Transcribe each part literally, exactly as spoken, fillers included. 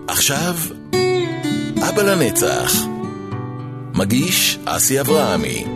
עכשיו, אבא לנצח. מגיש אסי אברהמי.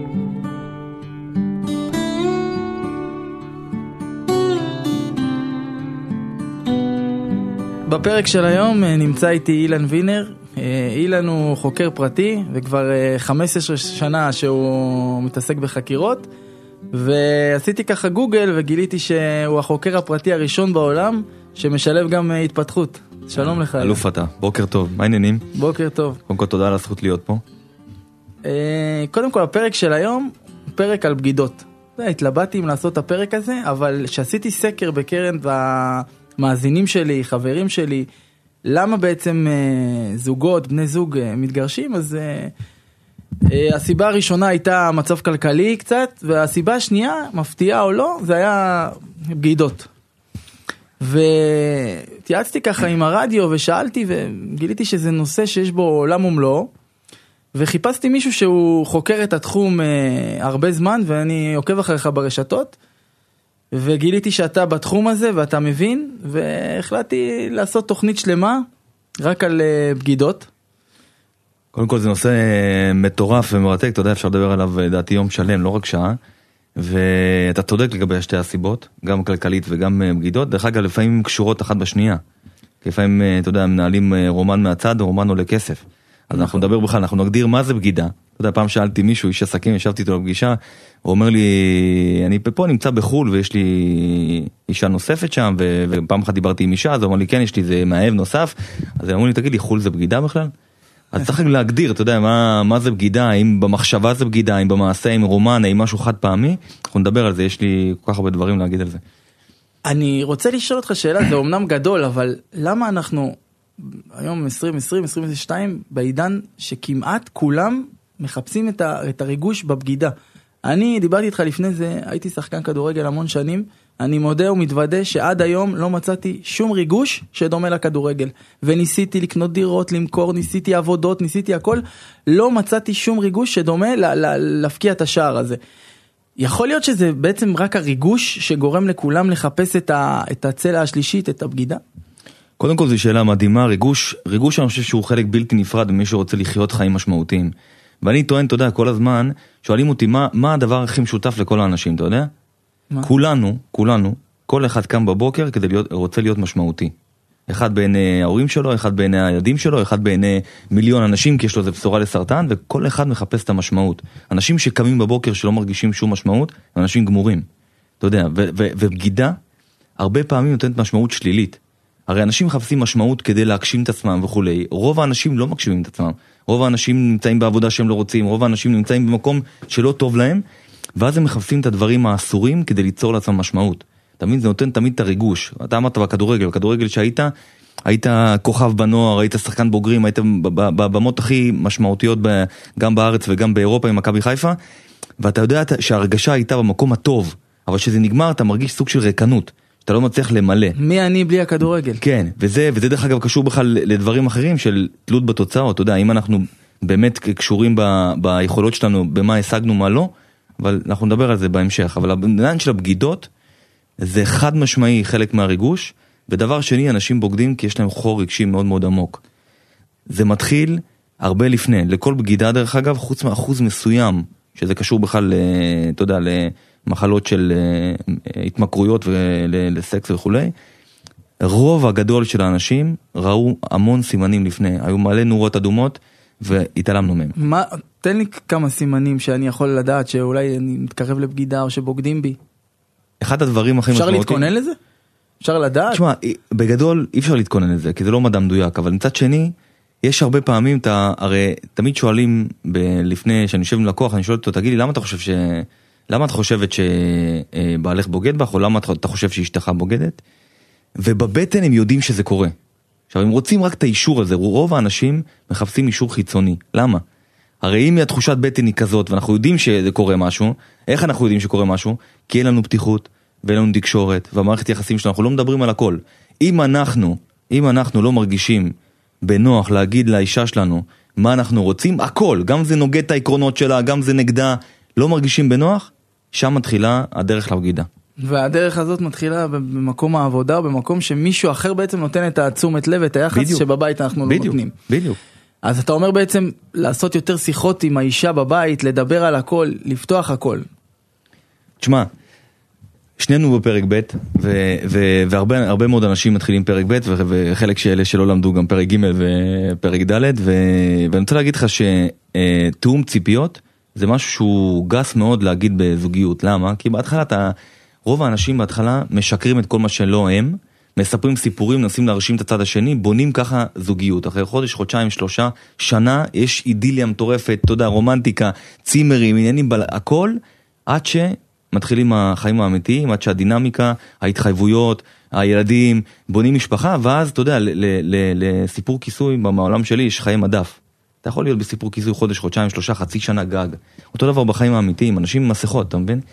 בפרק של היום נמצא איתי אילן וינר. אילן הוא חוקר פרטי, וכבר חמש עשרה שנה שהוא מתעסק בחקירות, ועשיתי ככה גוגל וגיליתי שהוא החוקר הפרטי הראשון בעולם שמשלב גם התפתחות. שלום לך. אלוף אתה, בוקר טוב, מה העניינים? בוקר טוב. קודם כל תודה על הזכות להיות פה. קודם כל הפרק של היום הוא פרק על בגידות. התלבטתי אם לעשות את הפרק הזה, אבל שעשיתי סקר בקרן והמאזינים שלי, חברים שלי, למה בעצם זוגות, בני זוג מתגרשים, אז הסיבה הראשונה הייתה מצב כלכלי קצת, והסיבה השנייה, מפתיעה או לא, זה היה בגידות. ותייעצתי ככה עם הרדיו ושאלתי וגיליתי שזה נושא שיש בו עולם ומלואו, וחיפשתי מישהו שהוא חוקר את התחום הרבה זמן, ואני עוקב אחריך ברשתות, וגיליתי שאתה בתחום הזה ואתה מבין, והחלטתי לעשות תוכנית שלמה רק על בגידות. קודם כל זה נושא מטורף ומרתק, אתה יודע, אפשר לדבר עליו דעתי יום שלם, לא רק שעה, ואתה צודק לגבי שתי הסיבות, גם כלכלית וגם בגידות, דרך אגב לפעמים קשורות אחת בשנייה, כי לפעמים, אתה יודע, מנהלים רומן מהצד, רומן עולה כסף, אז אנחנו נדבר בכלל, אנחנו נגדיר מה זה בגידה. אתה יודע, פעם שאלתי מישהו, איש עסקים, ישבתי איתו בפגישה, הוא אומר לי, אני פה נמצא בחול, ויש לי אישה נוספת שם, ופעם אחת דיברתי עם אישה, אז הוא אומר לי, כן, יש לי זה מאהב נוסף, אז הם אמרו לי, תגיד לי, חול זה בגידה בכלל? אז צריך להגדיר, אתה יודע, מה, מה זה בגידה, האם במחשבה זה בגידה, האם במעשה, האם רומן, האם משהו חד פעמי, אנחנו נדבר על זה, יש לי כל כך הרבה דברים להגיד על זה. אני רוצה לשאול אותך שאלה, זה אומנם גדול, אבל למה אנחנו, היום עשרים עשרים, עשרים ושתיים, בעידן שכמעט כולם מחפשים את, ה, את הריגוש בבגידה? אני דיברתי איתך לפני זה, הייתי שחקן כדורגל המון שנים, אני מודה ומתוודה שעד היום לא מצאתי שום ריגוש שדומה לכדורגל, וניסיתי לקנות דירות, למכור, ניסיתי עבודות, ניסיתי הכל, לא מצאתי שום ריגוש שדומה ל- ל- להפקיע את השער הזה. יכול להיות שזה בעצם רק הריגוש שגורם לכולם לחפש את, ה- את הצלע השלישית, את הבגידה? קודם כל זו שאלה מדהימה, ריגוש, ריגוש אני חושב שהוא חלק בלתי נפרד ממי שרוצה לחיות חיים משמעותיים. ואני טוען, אתה יודע, כל הזמן, שואלים אותי מה, מה הדבר הכי משותף לכל האנשים, אתה יודע? מה? כולנו, כולנו, כל אחד קם בבוקר כדי להיות, רוצה להיות משמעותי. אחד בעיני ההורים שלו, אחד בעיני הילדים שלו, אחד בעיני מיליון אנשים, כי יש לו איזה בשורה לסרטן, וכל אחד מחפש את המשמעות. אנשים שקמים בבוקר שלא מרגישים שום משמעות, אנשים גמורים. אתה יודע, ו- ו- ובגידה, הרבה פעמים נותנת משמעות שלילית. הרי אנשים מחפשים משמעות כדי להגשים את עצמם וכו'. רוב האנשים לא מגשימים את עצמם. רוב האנשים נמצאים בעבודה שהם לא רוצים, רוב האנשים נמצאים במקום שלא טוב להם, ואז הם מחפשים את הדברים האסורים כדי ליצור לעצמם משמעות. תמיד זה נותן תמיד את הריגוש. אתה אמרת בכדורגל, בכדורגל שהיית, היית כוכב בנוער, היית שחקן בוגרים, היית בבמות הכי משמעותיות גם בארץ וגם באירופה עם מכבי חיפה, ואתה יודע שההרגשה הייתה במקום הטוב, אבל כשזה נגמר אתה מרגיש סוג של ריקנות. אתה לא מצליח למלא. מי אני בלי הכדורגל? כן, וזה, וזה דרך אגב קשור בכלל לדברים אחרים של תלות בתוצאות, אתה יודע, אם אנחנו באמת קשורים ב, ביכולות שלנו, במה השגנו, מה לא, אבל אנחנו נדבר על זה בהמשך, אבל העניין של הבגידות, זה חד משמעי חלק מהריגוש, ודבר שני, אנשים בוגדים כי יש להם חור רגשי מאוד מאוד עמוק. זה מתחיל הרבה לפני, לכל בגידה דרך אגב, חוץ מאחוז מסוים, שזה קשור בכלל, אתה יודע, מחלות של התמכרויות ולסקס וכו'. רוב הגדול של האנשים ראו המון סימנים לפני, היו מלא נורות אדומות והתעלמנו מהם. מה, תן לי כמה סימנים שאני יכול לדעת שאולי אני מתקרב לבגידה או שבוגדים בי. אחד הדברים הכי משמעותיים. אפשר להתכונן לזה? אפשר לדעת? תשמע, בגדול אי אפשר להתכונן לזה, כי זה לא מדע מדויק, אבל מצד שני, יש הרבה פעמים, אתה, הרי תמיד שואלים ב- לפני שאני יושב עם לקוח, אני שואל אותו, תגיד לי, למה אתה חושב ש... למה את חושבת שבעלך בוגד בך, או למה אתה חושב שאשתך בוגדת? ובבטן הם יודעים שזה קורה. עכשיו, הם רוצים רק את האישור הזה, רוב האנשים מחפשים אישור חיצוני. למה? הרי אם התחושת בטן היא כזאת, ואנחנו יודעים שזה קורה משהו, איך אנחנו יודעים שקורה משהו? כי אין לנו פתיחות, ואין לנו תקשורת, והמערכת יחסים שלנו, אנחנו לא מדברים על הכל. אם אנחנו, אם אנחנו לא מרגישים בנוח להגיד לאישה שלנו מה אנחנו רוצים, הכל, גם זה נוגד את העקרונות שלה, גם זה נגדה, לא מרגישים בנוח, שם מתחילה הדרך לבגידה. והדרך הזאת מתחילה במקום העבודה, במקום שמישהו אחר בעצם נותן את התשומת לב, את היחס בדיוק. שבבית אנחנו לא בדיוק, נותנים. בדיוק. אז אתה אומר בעצם לעשות יותר שיחות עם האישה בבית, לדבר על הכל, לפתוח הכל. תשמע, שנינו בפרק ב' ו- ו- והרבה הרבה מאוד אנשים מתחילים פרק ב' ו- וחלק שאלה שלא למדו גם פרק ג' ופרק ד' ו- ואני רוצה להגיד לך שתאום ציפיות זה משהו שהוא גס מאוד להגיד בזוגיות. למה? כי בהתחלה אתה, רוב האנשים בהתחלה משקרים את כל מה שלא הם, מספרים סיפורים, נסים להרשים את הצד השני, בונים ככה זוגיות. אחרי חודש, חודשיים, שלושה, שנה, יש אידיליה מטורפת, אתה יודע, רומנטיקה, צימרים, עניינים, הכל, עד שמתחילים החיים האמיתיים, עד שהדינמיקה, ההתחייבויות, הילדים, בונים משפחה, ואז, אתה יודע, לסיפור כיסוי, במעולם שלי יש חיי מדף. אתה יכול להיות בסיפור כיסוי חודש, חודשיים, שלושה, חצי שנה גג. אותו דבר בחיים האמיתיים, אנשים עם מסכות, אתה מבין?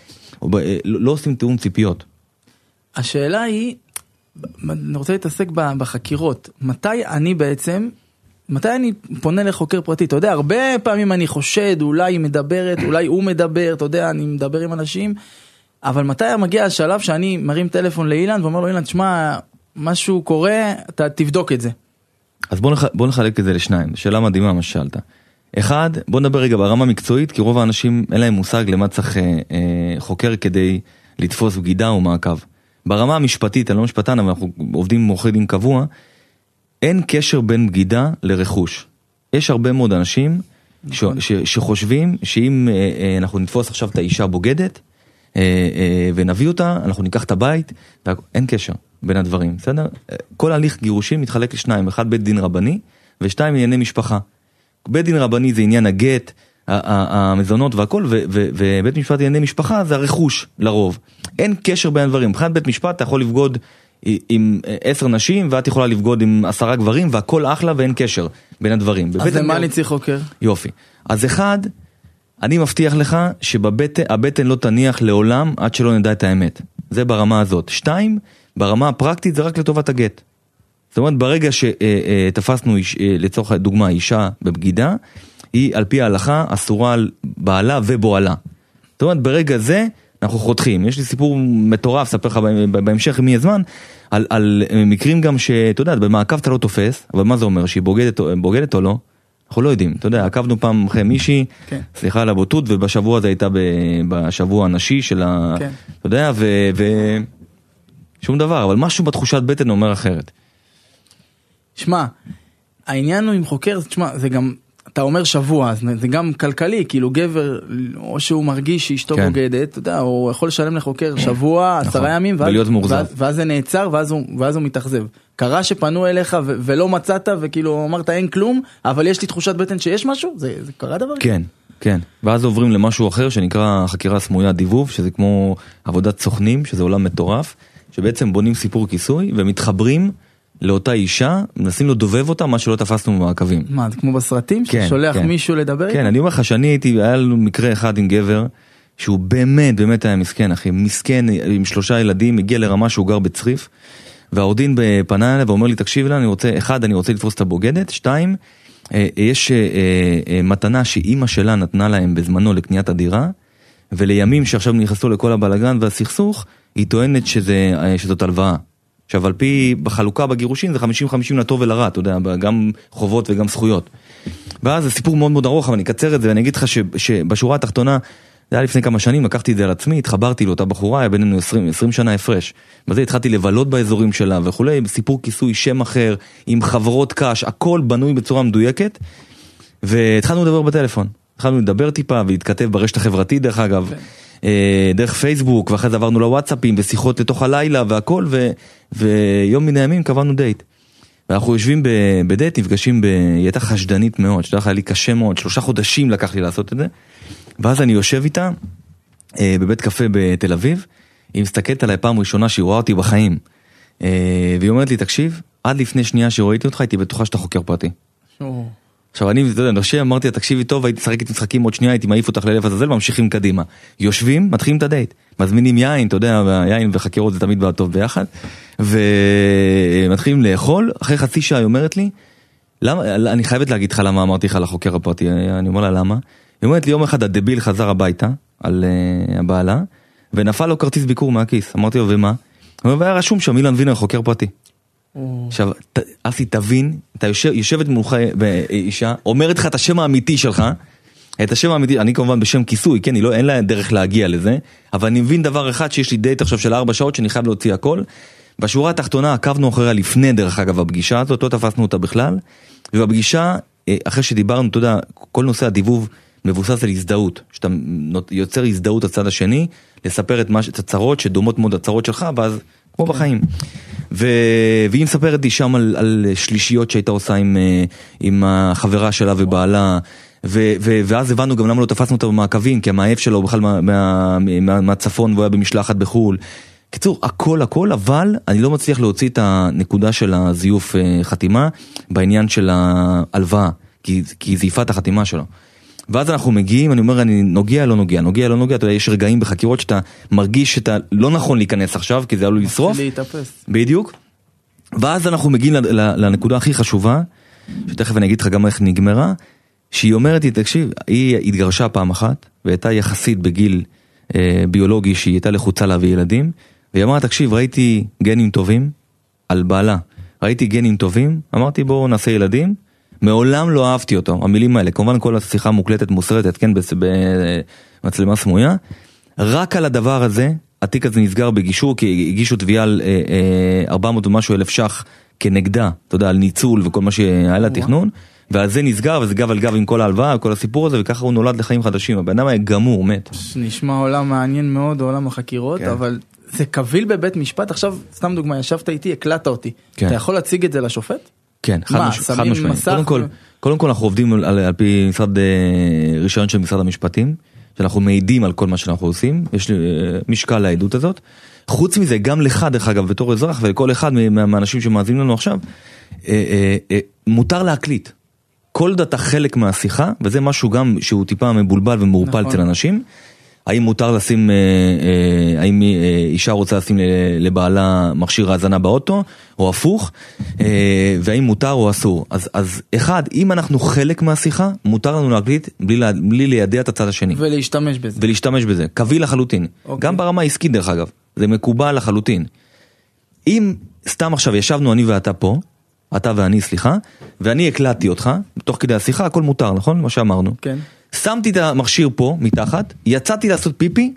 לא עושים תאום ציפיות. השאלה היא, אני רוצה להתעסק בחקירות. מתי אני בעצם, מתי אני פונה לחוקר פרטי? אתה יודע, הרבה פעמים אני חושד, אולי היא מדברת, אולי הוא מדבר, אתה יודע, אני מדבר עם אנשים, אבל מתי מגיע השלב שאני מרים טלפון לאילן, ואומר לו, אילן, תשמע, משהו קורה, אתה תבדוק את זה. אז בוא, נח... בוא נחלק את זה לשניים, שאלה מדהימה מה ששאלת. אחד, בוא נדבר רגע ברמה מקצועית, כי רוב האנשים אין להם מושג למה צריך אה, אה, חוקר כדי לתפוס בגידה או מעקב. ברמה המשפטית, אני לא משפטן, אבל אנחנו עובדים עם עורכי דין קבוע, אין קשר בין בגידה לרכוש. יש הרבה מאוד אנשים ש, ש, שחושבים שאם אה, אה, אנחנו נתפוס עכשיו את האישה בוגדת, אה, אה, ונביא אותה, אנחנו ניקח את הבית, ואין קשר בין הדברים, בסדר? כל הליך גירושים מתחלק לשניים, אחד בית דין רבני, ושתיים ענייני משפחה. בית דין רבני זה עניין הגט, המזונות והכל, ובית משפט ענייני משפחה זה הרכוש לרוב. אין קשר בין הדברים. מבחינת בית משפט אתה יכול לבגוד עם עשר נשים, ואת יכולה לבגוד עם עשרה גברים, והכל אחלה ואין קשר בין הדברים. אז למה אני צריך חוקר? יופי. אז אחד, אני מבטיח לך שהבטן לא תניח לעולם עד שלא נדע את האמת. זה ברמה הזאת. שתיים, ברמה הפרקטית זה רק לטובת הגט. זאת אומרת, ברגע שתפסנו לצורך דוגמה אישה בבגידה, היא על פי ההלכה אסורה על בעלה ובועלה. זאת אומרת, ברגע זה אנחנו חותכים. יש לי סיפור מטורף, ספר לך בהמשך אם יהיה זמן, על, על מקרים גם שאתה יודע, במעקב אתה לא תופס, אבל מה זה אומר? שהיא בוגדת, בוגדת או לא? אנחנו לא יודעים. אתה יודע, עקבנו פעם אחרי מישהי, כן. סליחה על הבוטות, ובשבוע הזה הייתה בשבוע הנשי של ה... כן. אתה יודע, ו... ו... שום דבר, אבל משהו בתחושת בטן אומר אחרת. שמע, העניין הוא עם חוקר, תשמע, זה גם, אתה אומר שבוע, זה גם כלכלי, כאילו גבר, או שהוא מרגיש שאשתו כן. בוגדת, אתה יודע, הוא יכול לשלם לחוקר שבוע, עשרה נכון. ימים, ואז, ואז, ואז זה נעצר, ואז הוא, ואז הוא מתאכזב. קרה שפנו אליך ו- ולא מצאת, וכאילו אמרת אין כלום, אבל יש לי תחושת בטן שיש משהו, זה, זה קרה דבר? כן, כן. ואז עוברים למשהו אחר שנקרא חקירה סמויה דיבוב, שזה כמו עבודת סוכנים, שזה עולם מטורף, שבעצם בונים סיפור כיסוי ומתחברים לאותה אישה, מנסים לדובב אותה, מה שלא תפסנו במעקבים. מה, זה כמו בסרטים? כן, ששולח כן. מישהו לדבר? כן, אני אומר לך שאני הייתי, היה לנו מקרה אחד עם גבר, שהוא באמת, באמת היה מסכן, אחי, מסכן עם שלושה ילדים, הגיע לרמה שהוא גר בצריף, והעורדין פנה אליי ואומר לי, תקשיב לה, אני רוצה, אחד, אני רוצה לתפוס את הבוגדת, שתיים, יש מתנה שאימא שלה נתנה להם בזמנו לקניית הדירה, ולימים שעכשיו נכנסו לכל הבלגן והסכסוך, היא טוענת שזה, שזאת הלוואה. עכשיו, על פי, בחלוקה בגירושים זה חמישים חמישים לטוב ולרע, אתה יודע, גם חובות וגם זכויות. ואז זה סיפור מאוד מאוד ארוך, אבל אני אקצר את זה, ואני אגיד לך שבשורה התחתונה, זה היה לפני כמה שנים, לקחתי את זה על עצמי, התחברתי לאותה בחורה, היה בינינו עשרים שנה הפרש. בזה התחלתי לבלות באזורים שלה וכולי, סיפור כיסוי, שם אחר, עם חברות קש, הכל בנוי בצורה מדויקת, והתחלנו לדבר בטלפון. התחלנו לדבר טיפה ולהתכתב ברשת החברתית, דרך אגב, דרך פייסבוק, ואחרי זה עברנו לוואטסאפים, ושיחות לתוך הלילה והכל, ו... ויום מן הימים קבענו דייט. ואנחנו יושבים בדייט, נפגשים ב... היא הייתה חשדנית מאוד, שדרך היה לי קשה מאוד, שלושה חודשים לקח לי לעשות את זה, ואז אני יושב איתה, בבית קפה בתל אביב, היא מסתכלת עליי פעם ראשונה שהיא רואה אותי בחיים, והיא אומרת לי, תקשיב, עד לפני שנייה שראיתי אותך, הייתי בטוחה שאתה חוקר פרטי. עכשיו אני, אתה יודע, נרשם, אמרתי לה, תקשיבי טוב, הייתי שחקת משחקים עוד שנייה, הייתי מעיף אותך ללב הזזל, ממשיכים קדימה. יושבים, מתחילים את הדייט, מזמינים יין, אתה יודע, יין וחקירות זה תמיד בא טוב ביחד, ומתחילים לאכול, אחרי חצי שעה היא אומרת לי, למה, אני חייבת להגיד לך למה אמרתי לך לחוקר הפרטי, אני אומר לה למה, היא אומרת לי, יום אחד הדביל חזר הביתה, על uh, הבעלה, ונפל לו כרטיס ביקור מהכיס, אמרתי לו, ומה? והיה רשום שם, אילן וינר, חוקר פרטי. עכשיו, אסי, תבין, אתה יושבת מולך אישה, אומרת לך את השם האמיתי שלך, את השם האמיתי, אני כמובן בשם כיסוי, כן, לא, אין לה דרך להגיע לזה, אבל אני מבין דבר אחד, שיש לי דייט עכשיו של ארבע שעות, שאני חייב להוציא הכל, בשורה התחתונה עקבנו אחריה לפני, דרך אגב, הפגישה הזאת, לא תפסנו אותה בכלל, ובפגישה, אחרי שדיברנו, אתה יודע, כל נושא הדיבוב מבוסס על הזדהות, שאתה יוצר הזדהות הצד השני, לספר את, מה, את הצרות שדומות מאוד הצרות שלך, ואז, כמו בחיים. ו... והיא מספרת לי שם על, על שלישיות שהייתה עושה עם, עם החברה שלה ובעלה, ו... ו... ואז הבנו גם למה לא תפסנו אותה במעקבים, כי המעייף שלו הוא בכלל מה... מה... מה... מהצפון, והוא היה במשלחת בחול. קיצור, הכל הכל, אבל אני לא מצליח להוציא את הנקודה של הזיוף חתימה, בעניין של ההלוואה, כי, כי זיפה את החתימה שלו. ואז אנחנו מגיעים, אני אומר, אני נוגע, לא נוגע, נוגע, לא נוגע, אתה יודע, יש רגעים בחקירות שאתה מרגיש שאתה לא נכון להיכנס עכשיו, כי זה עלול לשרוף. להתאפס. בדיוק. ואז אנחנו מגיעים לנקודה הכי חשובה, שתכף אני אגיד לך גם איך נגמרה, שהיא אומרת לי, תקשיב, היא התגרשה פעם אחת, והייתה יחסית בגיל אה, ביולוגי, שהיא הייתה לחוצה להביא ילדים, והיא אמרה, תקשיב, ראיתי גנים טובים על בעלה, ראיתי גנים טובים, אמרתי בואו נעשה ילדים, מעולם לא אהבתי אותו, המילים האלה, כמובן כל השיחה מוקלטת מוסרטת, כן, במצלמה סמויה, רק על הדבר הזה, התיק הזה נסגר בגישור, כי הגישו תביעה על ארבע מאות ומשהו אלף שח כנגדה, אתה יודע, על ניצול וכל מה שהיה לה תכנון, ועל זה נסגר, וזה גב על גב עם כל ההלוואה, כל הסיפור הזה, וככה הוא נולד לחיים חדשים, הבן אדם היה גמור, מת. נשמע עולם מעניין מאוד, עולם החקירות, אבל זה קביל בבית משפט, עכשיו, סתם דוגמה, ישבת איתי, הקלטת אותי, אתה יכול להציג את זה לשופט? כן, חד משמעית. קודם כל, קודם כל אנחנו עובדים על, על פי משרד, רישיון של משרד המשפטים, שאנחנו מעידים על כל מה שאנחנו עושים, יש משקל לעדות הזאת. חוץ מזה, גם לך, דרך אגב, בתור אזרח, ולכל אחד מהאנשים שמאזינים לנו עכשיו, מותר להקליט. כל דתה חלק מהשיחה, וזה משהו גם שהוא טיפה מבולבל ומורפל אצל אנשים, האם מותר לשים, האם אישה רוצה לשים לבעלה מכשיר האזנה באוטו, או הפוך, והאם מותר או אסור. אז, אז אחד, אם אנחנו חלק מהשיחה, מותר לנו להקליט בלי, בלי לידע את הצד השני. ולהשתמש בזה. ולהשתמש בזה, קביל לחלוטין. אוקיי. גם ברמה העסקית דרך אגב, זה מקובל לחלוטין. אם סתם עכשיו ישבנו אני ואתה פה, אתה ואני, סליחה, ואני הקלטתי אותך, בתוך כדי השיחה, הכל מותר, נכון? מה שאמרנו. כן. שמתי את המכשיר פה, מתחת, יצאתי לעשות פיפי,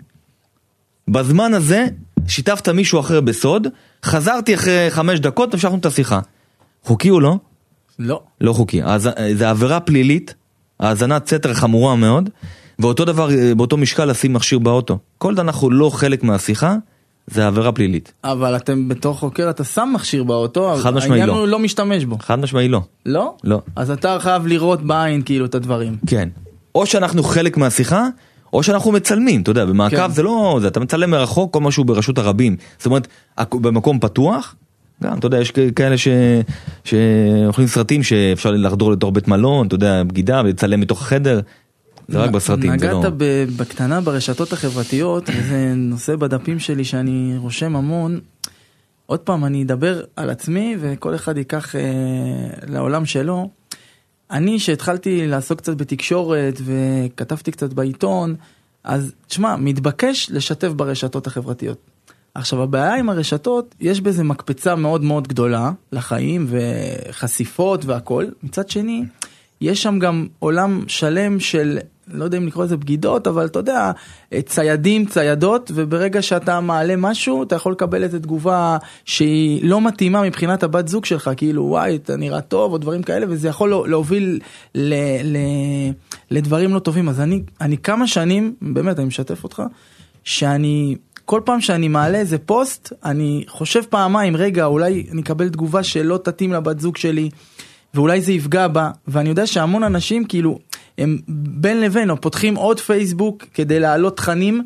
בזמן הזה, שיתפת מישהו אחר בסוד, חזרתי אחרי חמש דקות, המשכנו את השיחה. חוקי או לא? לא. לא חוקי. אז, זה עבירה פלילית, האזנת סתר חמורה מאוד, ואותו דבר, באותו משקל לשים מכשיר באוטו. כל אנחנו לא חלק מהשיחה, זה עבירה פלילית. אבל אתם בתור חוקר, אתה שם מכשיר באוטו, חד משמעי לא. העניין הוא לא משתמש בו. חד משמעי לא. לא? לא. אז אתה חייב לראות בעין כאילו את הדברים. כן. או שאנחנו חלק מהשיחה, או שאנחנו מצלמים, אתה יודע, במעקב כן. זה לא, זה, אתה מצלם מרחוק, כל משהו ברשות הרבים. זאת אומרת, במקום פתוח, גם, אתה יודע, יש כאלה ש, שאוכלים סרטים שאפשר לחדור לתוך בית מלון, אתה יודע, בגידה, ולצלם מתוך החדר, זה רק בסרטים. נגעת לא... בקטנה ברשתות החברתיות, וזה נושא בדפים שלי שאני רושם המון. עוד פעם, אני אדבר על עצמי, וכל אחד ייקח אה, לעולם שלו. אני שהתחלתי לעסוק קצת בתקשורת, וכתבתי קצת בעיתון, אז תשמע, מתבקש לשתף ברשתות החברתיות. עכשיו, הבעיה עם הרשתות, יש בזה מקפצה מאוד מאוד גדולה לחיים, וחשיפות והכל. מצד שני, יש שם גם עולם שלם של, לא יודע אם לקרוא לזה בגידות, אבל אתה יודע, ציידים, ציידות, וברגע שאתה מעלה משהו, אתה יכול לקבל איזו תגובה שהיא לא מתאימה מבחינת הבת זוג שלך, כאילו וואי, אתה נראה טוב, או דברים כאלה, וזה יכול להוביל ל, ל, לדברים לא טובים. אז אני, אני כמה שנים, באמת, אני משתף אותך, שאני, כל פעם שאני מעלה איזה פוסט, אני חושב פעמיים, רגע, אולי אני אקבל תגובה שלא תתאים לבת זוג שלי, ואולי זה יפגע בה, ואני יודע שהמון אנשים כאילו, הם בין לבין, או פותחים עוד פייסבוק כדי להעלות תכנים,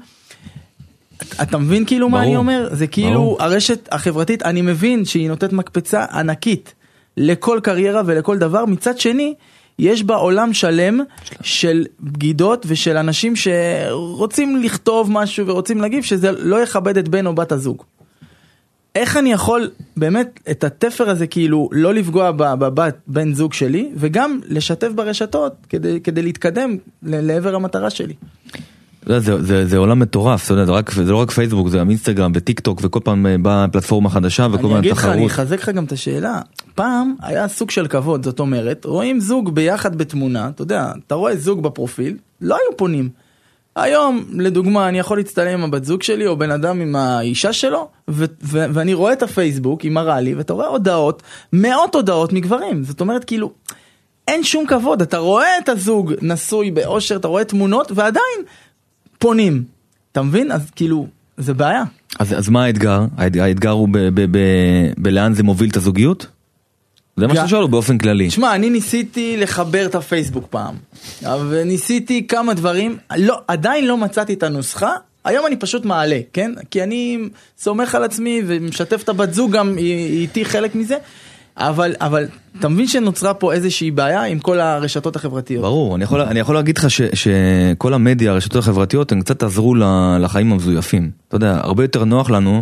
אתה מבין כאילו ברור. מה אני אומר? זה כאילו ברור. הרשת החברתית, אני מבין שהיא נותנת מקפצה ענקית, לכל קריירה ולכל דבר, מצד שני, יש בה עולם שלם של בגידות, ושל אנשים שרוצים לכתוב משהו, ורוצים להגיב, שזה לא יכבד את בן או בת הזוג. איך אני יכול באמת את התפר הזה כאילו לא לפגוע בבת בן זוג שלי, וגם לשתף ברשתות כדי, כדי להתקדם לעבר המטרה שלי? זה, זה, זה עולם מטורף, זה, זה, רק, זה לא רק פייסבוק, זה אינסטגרם וטיק טוק, וכל פעם באה פלטפורמה חדשה וכל פעם תחרות. אני אגיד לך, אני אחזק לך גם את השאלה. פעם היה סוג של כבוד, זאת אומרת, רואים זוג ביחד בתמונה, אתה יודע, אתה רואה זוג בפרופיל, לא היו פונים. היום, לדוגמה, אני יכול להצטלם עם הבת זוג שלי, או בן אדם עם האישה שלו, ו- ו- ואני רואה את הפייסבוק, היא מראה לי, ואתה רואה הודעות, מאות הודעות מגברים. זאת אומרת, כאילו, אין שום כבוד, אתה רואה את הזוג נשוי באושר, אתה רואה תמונות, ועדיין פונים. אתה מבין? אז כאילו, זה בעיה. אז, אז מה האתגר? האתגר הוא ב- ב- ב- בלאן זה מוביל את הזוגיות? זה מה שאתה שואל הוא באופן כללי. תשמע, אני ניסיתי לחבר את הפייסבוק פעם, וניסיתי כמה דברים, לא, עדיין לא מצאתי את הנוסחה, היום אני פשוט מעלה, כן? כי אני סומך על עצמי ומשתף את הבת זוג גם איתי חלק מזה, אבל, אבל אתה מבין שנוצרה פה איזושהי בעיה עם כל הרשתות החברתיות? ברור, אני יכול, אני יכול להגיד לך ש, שכל המדיה, הרשתות החברתיות, הן קצת עזרו לחיים המזויפים. אתה יודע, הרבה יותר נוח לנו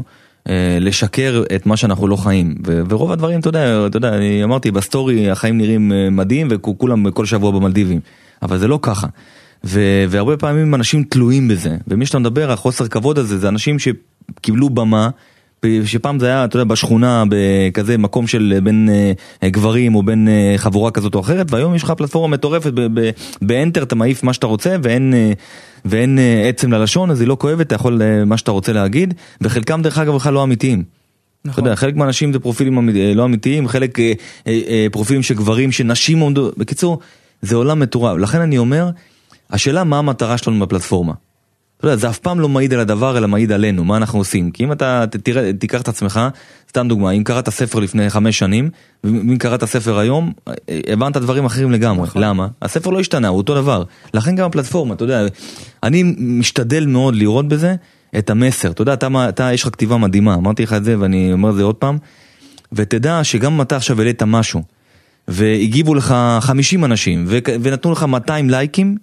לשקר את מה שאנחנו לא חיים, ו- ורוב הדברים, אתה יודע, אתה יודע, אני אמרתי, בסטורי החיים נראים מדהים, וכולם כל שבוע במלדיבים, אבל זה לא ככה, ו- והרבה פעמים אנשים תלויים בזה, ומי שאתה מדבר, החוסר כבוד הזה, זה אנשים שקיבלו במה, שפעם זה היה, אתה יודע, בשכונה, בכזה מקום של בין גברים, או בין חבורה כזאת או אחרת, והיום יש לך פלטפורמה מטורפת, באנטר אתה מעיף מה שאתה רוצה, ואין, ואין עצם ללשון, אז היא לא כואבת, אתה יכול מה שאתה רוצה להגיד, וחלקם דרך אגב בכלל לא אמיתיים. נכון. אתה יודע, חלק מהאנשים זה פרופילים לא אמיתיים, חלק פרופילים של גברים, שנשים עומדו, בקיצור, זה עולם מטורף. לכן אני אומר, השאלה מה המטרה שלנו בפלטפורמה. אתה יודע, זה אף פעם לא מעיד על הדבר, אלא מעיד עלינו, מה אנחנו עושים. כי אם אתה תראה, תיקח את עצמך, סתם דוגמה, אם קראת ספר לפני חמש שנים, ואם קראת ספר היום, הבנת דברים אחרים לגמרי. נכון. למה? הספר לא השתנה, הוא אותו דבר. לכן גם הפלטפורמה, אתה יודע, אני משתדל מאוד לראות בזה את המסר. אתה יודע, אתה, אתה יש לך כתיבה מדהימה, אמרתי לך את זה ואני אומר את זה עוד פעם, ותדע שגם אם אתה עכשיו העלית משהו, והגיבו לך חמישים אנשים, ונתנו לך מאתיים לייקים,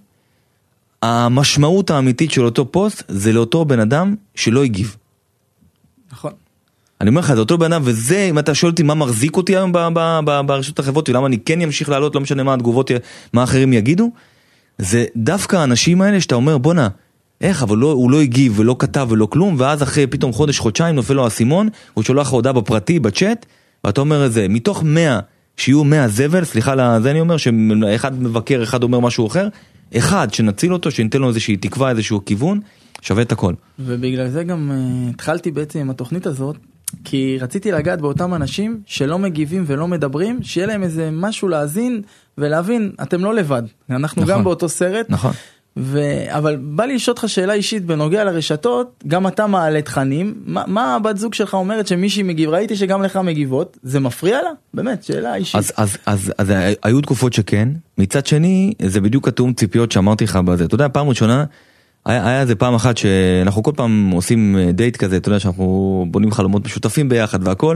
המשמעות האמיתית של אותו פוסט זה לאותו בן אדם שלא הגיב. נכון. אני אומר לך, זה אותו בן אדם, וזה, אם אתה שואל אותי מה מחזיק אותי היום ברשתות החברתיות, ולמה אני כן אמשיך לעלות, לא משנה מה התגובות, מה אחרים יגידו, זה דווקא האנשים האלה שאתה אומר, בונה, איך, אבל לא, הוא לא הגיב ולא כתב ולא כלום, ואז אחרי פתאום חודש, חודשיים נופל לו הסימון, הוא שולח הודעה בפרטי, בצ'אט, ואתה אומר את זה, מתוך מאה, שיהיו מאה זבל, סליחה לזה אני אומר, שאחד מבקר, אחד אומר משהו אחר, אחד שנציל אותו, שניתן לו איזושהי תקווה, איזשהו כיוון, שווה את הכל. ובגלל זה גם uh, התחלתי בעצם עם התוכנית הזאת, כי רציתי לגעת באותם אנשים שלא מגיבים ולא מדברים, שיהיה להם איזה משהו להאזין ולהבין, אתם לא לבד. אנחנו נכון. גם באותו סרט. נכון. ו... אבל בא לי לשאול אותך שאלה אישית בנוגע לרשתות, גם אתה מעלה תכנים, מה, מה הבת זוג שלך אומרת שמישהי מגיב? ראיתי שגם לך מגיבות, זה מפריע לה? באמת, שאלה אישית. אז, אז, אז, אז, אז היו תקופות שכן, מצד שני, זה בדיוק התאום ציפיות שאמרתי לך בזה. אתה יודע, פעם ראשונה, היה, היה איזה פעם אחת שאנחנו כל פעם עושים דייט כזה, אתה יודע שאנחנו בונים חלומות משותפים ביחד והכל,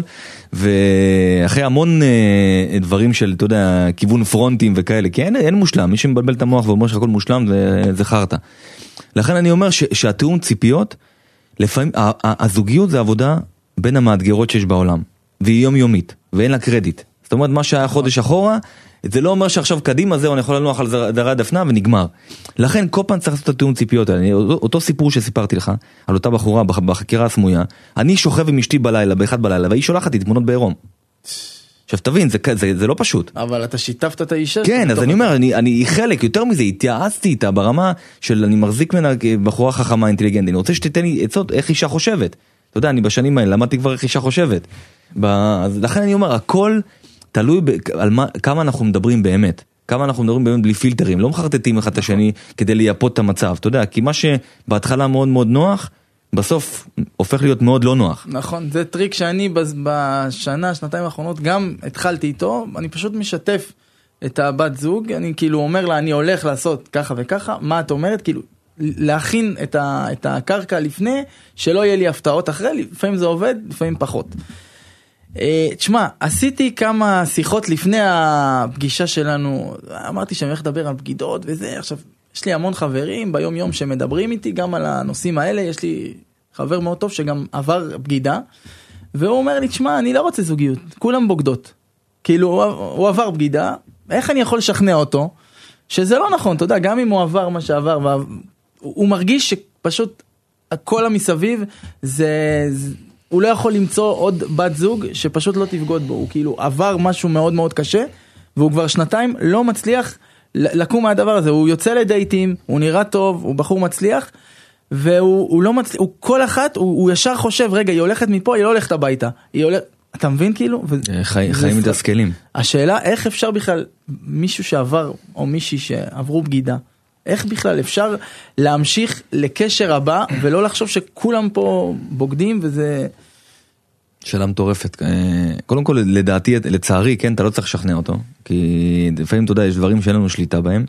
ואחרי המון אה, דברים של, אתה יודע, כיוון פרונטים וכאלה, כי אין, אין מושלם, מי שמבלבל את המוח ואומר שהכל מושלם זה, זה חרטה. לכן אני אומר ש, שהתאום ציפיות, לפעמים, הזוגיות זה עבודה בין המאתגרות שיש בעולם, והיא יומיומית, ואין לה קרדיט. זאת אומרת, מה שהיה חודש אחורה, זה לא אומר שעכשיו קדימה זהו, אני יכול לנוח על זרי הדפנה ונגמר. לכן כל פעם צריך לעשות את התיאום ציפיות האלה. אותו סיפור שסיפרתי לך, על אותה בחורה בחקירה הסמויה, אני שוכב עם אשתי בלילה, באחד בלילה, והיא שולחת לי תמונות בעירום. עכשיו תבין, זה, זה, זה לא פשוט. אבל אתה שיתפת את האישה. כן, אז אני אומר, אני, אני חלק, יותר מזה, התייעצתי איתה ברמה של אני מחזיק ממנה בחורה חכמה אינטליגנטית. אני רוצה שתיתן לי עצות איך אישה חושבת. אתה יודע, אני בשנים האלה למדתי כבר איך אישה חושבת. אז לכן אני אומר, הכל תלוי על מה, כמה אנחנו מדברים באמת. כמה אנחנו מדברים באמת בלי פילטרים. לא מחרטטים אחד את השני כדי לייפות את המצב. אתה יודע, כי מה שבהתחלה מאוד מאוד נוח, בסוף הופך להיות מאוד לא נוח. נכון, זה טריק שאני בשנה, שנתיים האחרונות גם התחלתי איתו, אני פשוט משתף את הבת זוג, אני כאילו אומר לה, אני הולך לעשות ככה וככה, מה את אומרת? כאילו, להכין את, ה, את הקרקע לפני, שלא יהיה לי הפתעות אחרי, לפעמים זה עובד, לפעמים פחות. תשמע, עשיתי כמה שיחות לפני הפגישה שלנו, אמרתי שאני הולך לדבר על בגידות וזה, עכשיו, יש לי המון חברים ביום יום שמדברים איתי גם על הנושאים האלה, יש לי חבר מאוד טוב שגם עבר בגידה, והוא אומר לי, תשמע, אני לא רוצה זוגיות, כולם בוגדות. כאילו, הוא, הוא עבר בגידה, איך אני יכול לשכנע אותו? שזה לא נכון, אתה יודע, גם אם הוא עבר מה שעבר, הוא מרגיש שפשוט הכל המסביב זה, זה הוא לא יכול למצוא עוד בת זוג שפשוט לא תבגוד בו, הוא כאילו עבר משהו מאוד מאוד קשה, והוא כבר שנתיים לא מצליח לקום מהדבר הזה, הוא יוצא לדייטים, הוא נראה טוב, הוא בחור מצליח, והוא הוא לא מצליח, הוא כל אחת, הוא, הוא ישר חושב, רגע, היא הולכת מפה, היא לא הולכת הביתה, היא הולכת, אתה מבין כאילו? חיים, חיים מתסכלים. השאלה, איך אפשר בכלל, מישהו שעבר, או מישהי שעברו בגידה, איך בכלל אפשר להמשיך לקשר הבא, ולא לחשוב שכולם פה בוגדים, וזה... שאלה מטורפת. קודם כל, לדעתי, לצערי, כן, אתה לא צריך לשכנע אותו, כי לפעמים, אתה יודע, יש דברים שאין לנו שליטה בהם,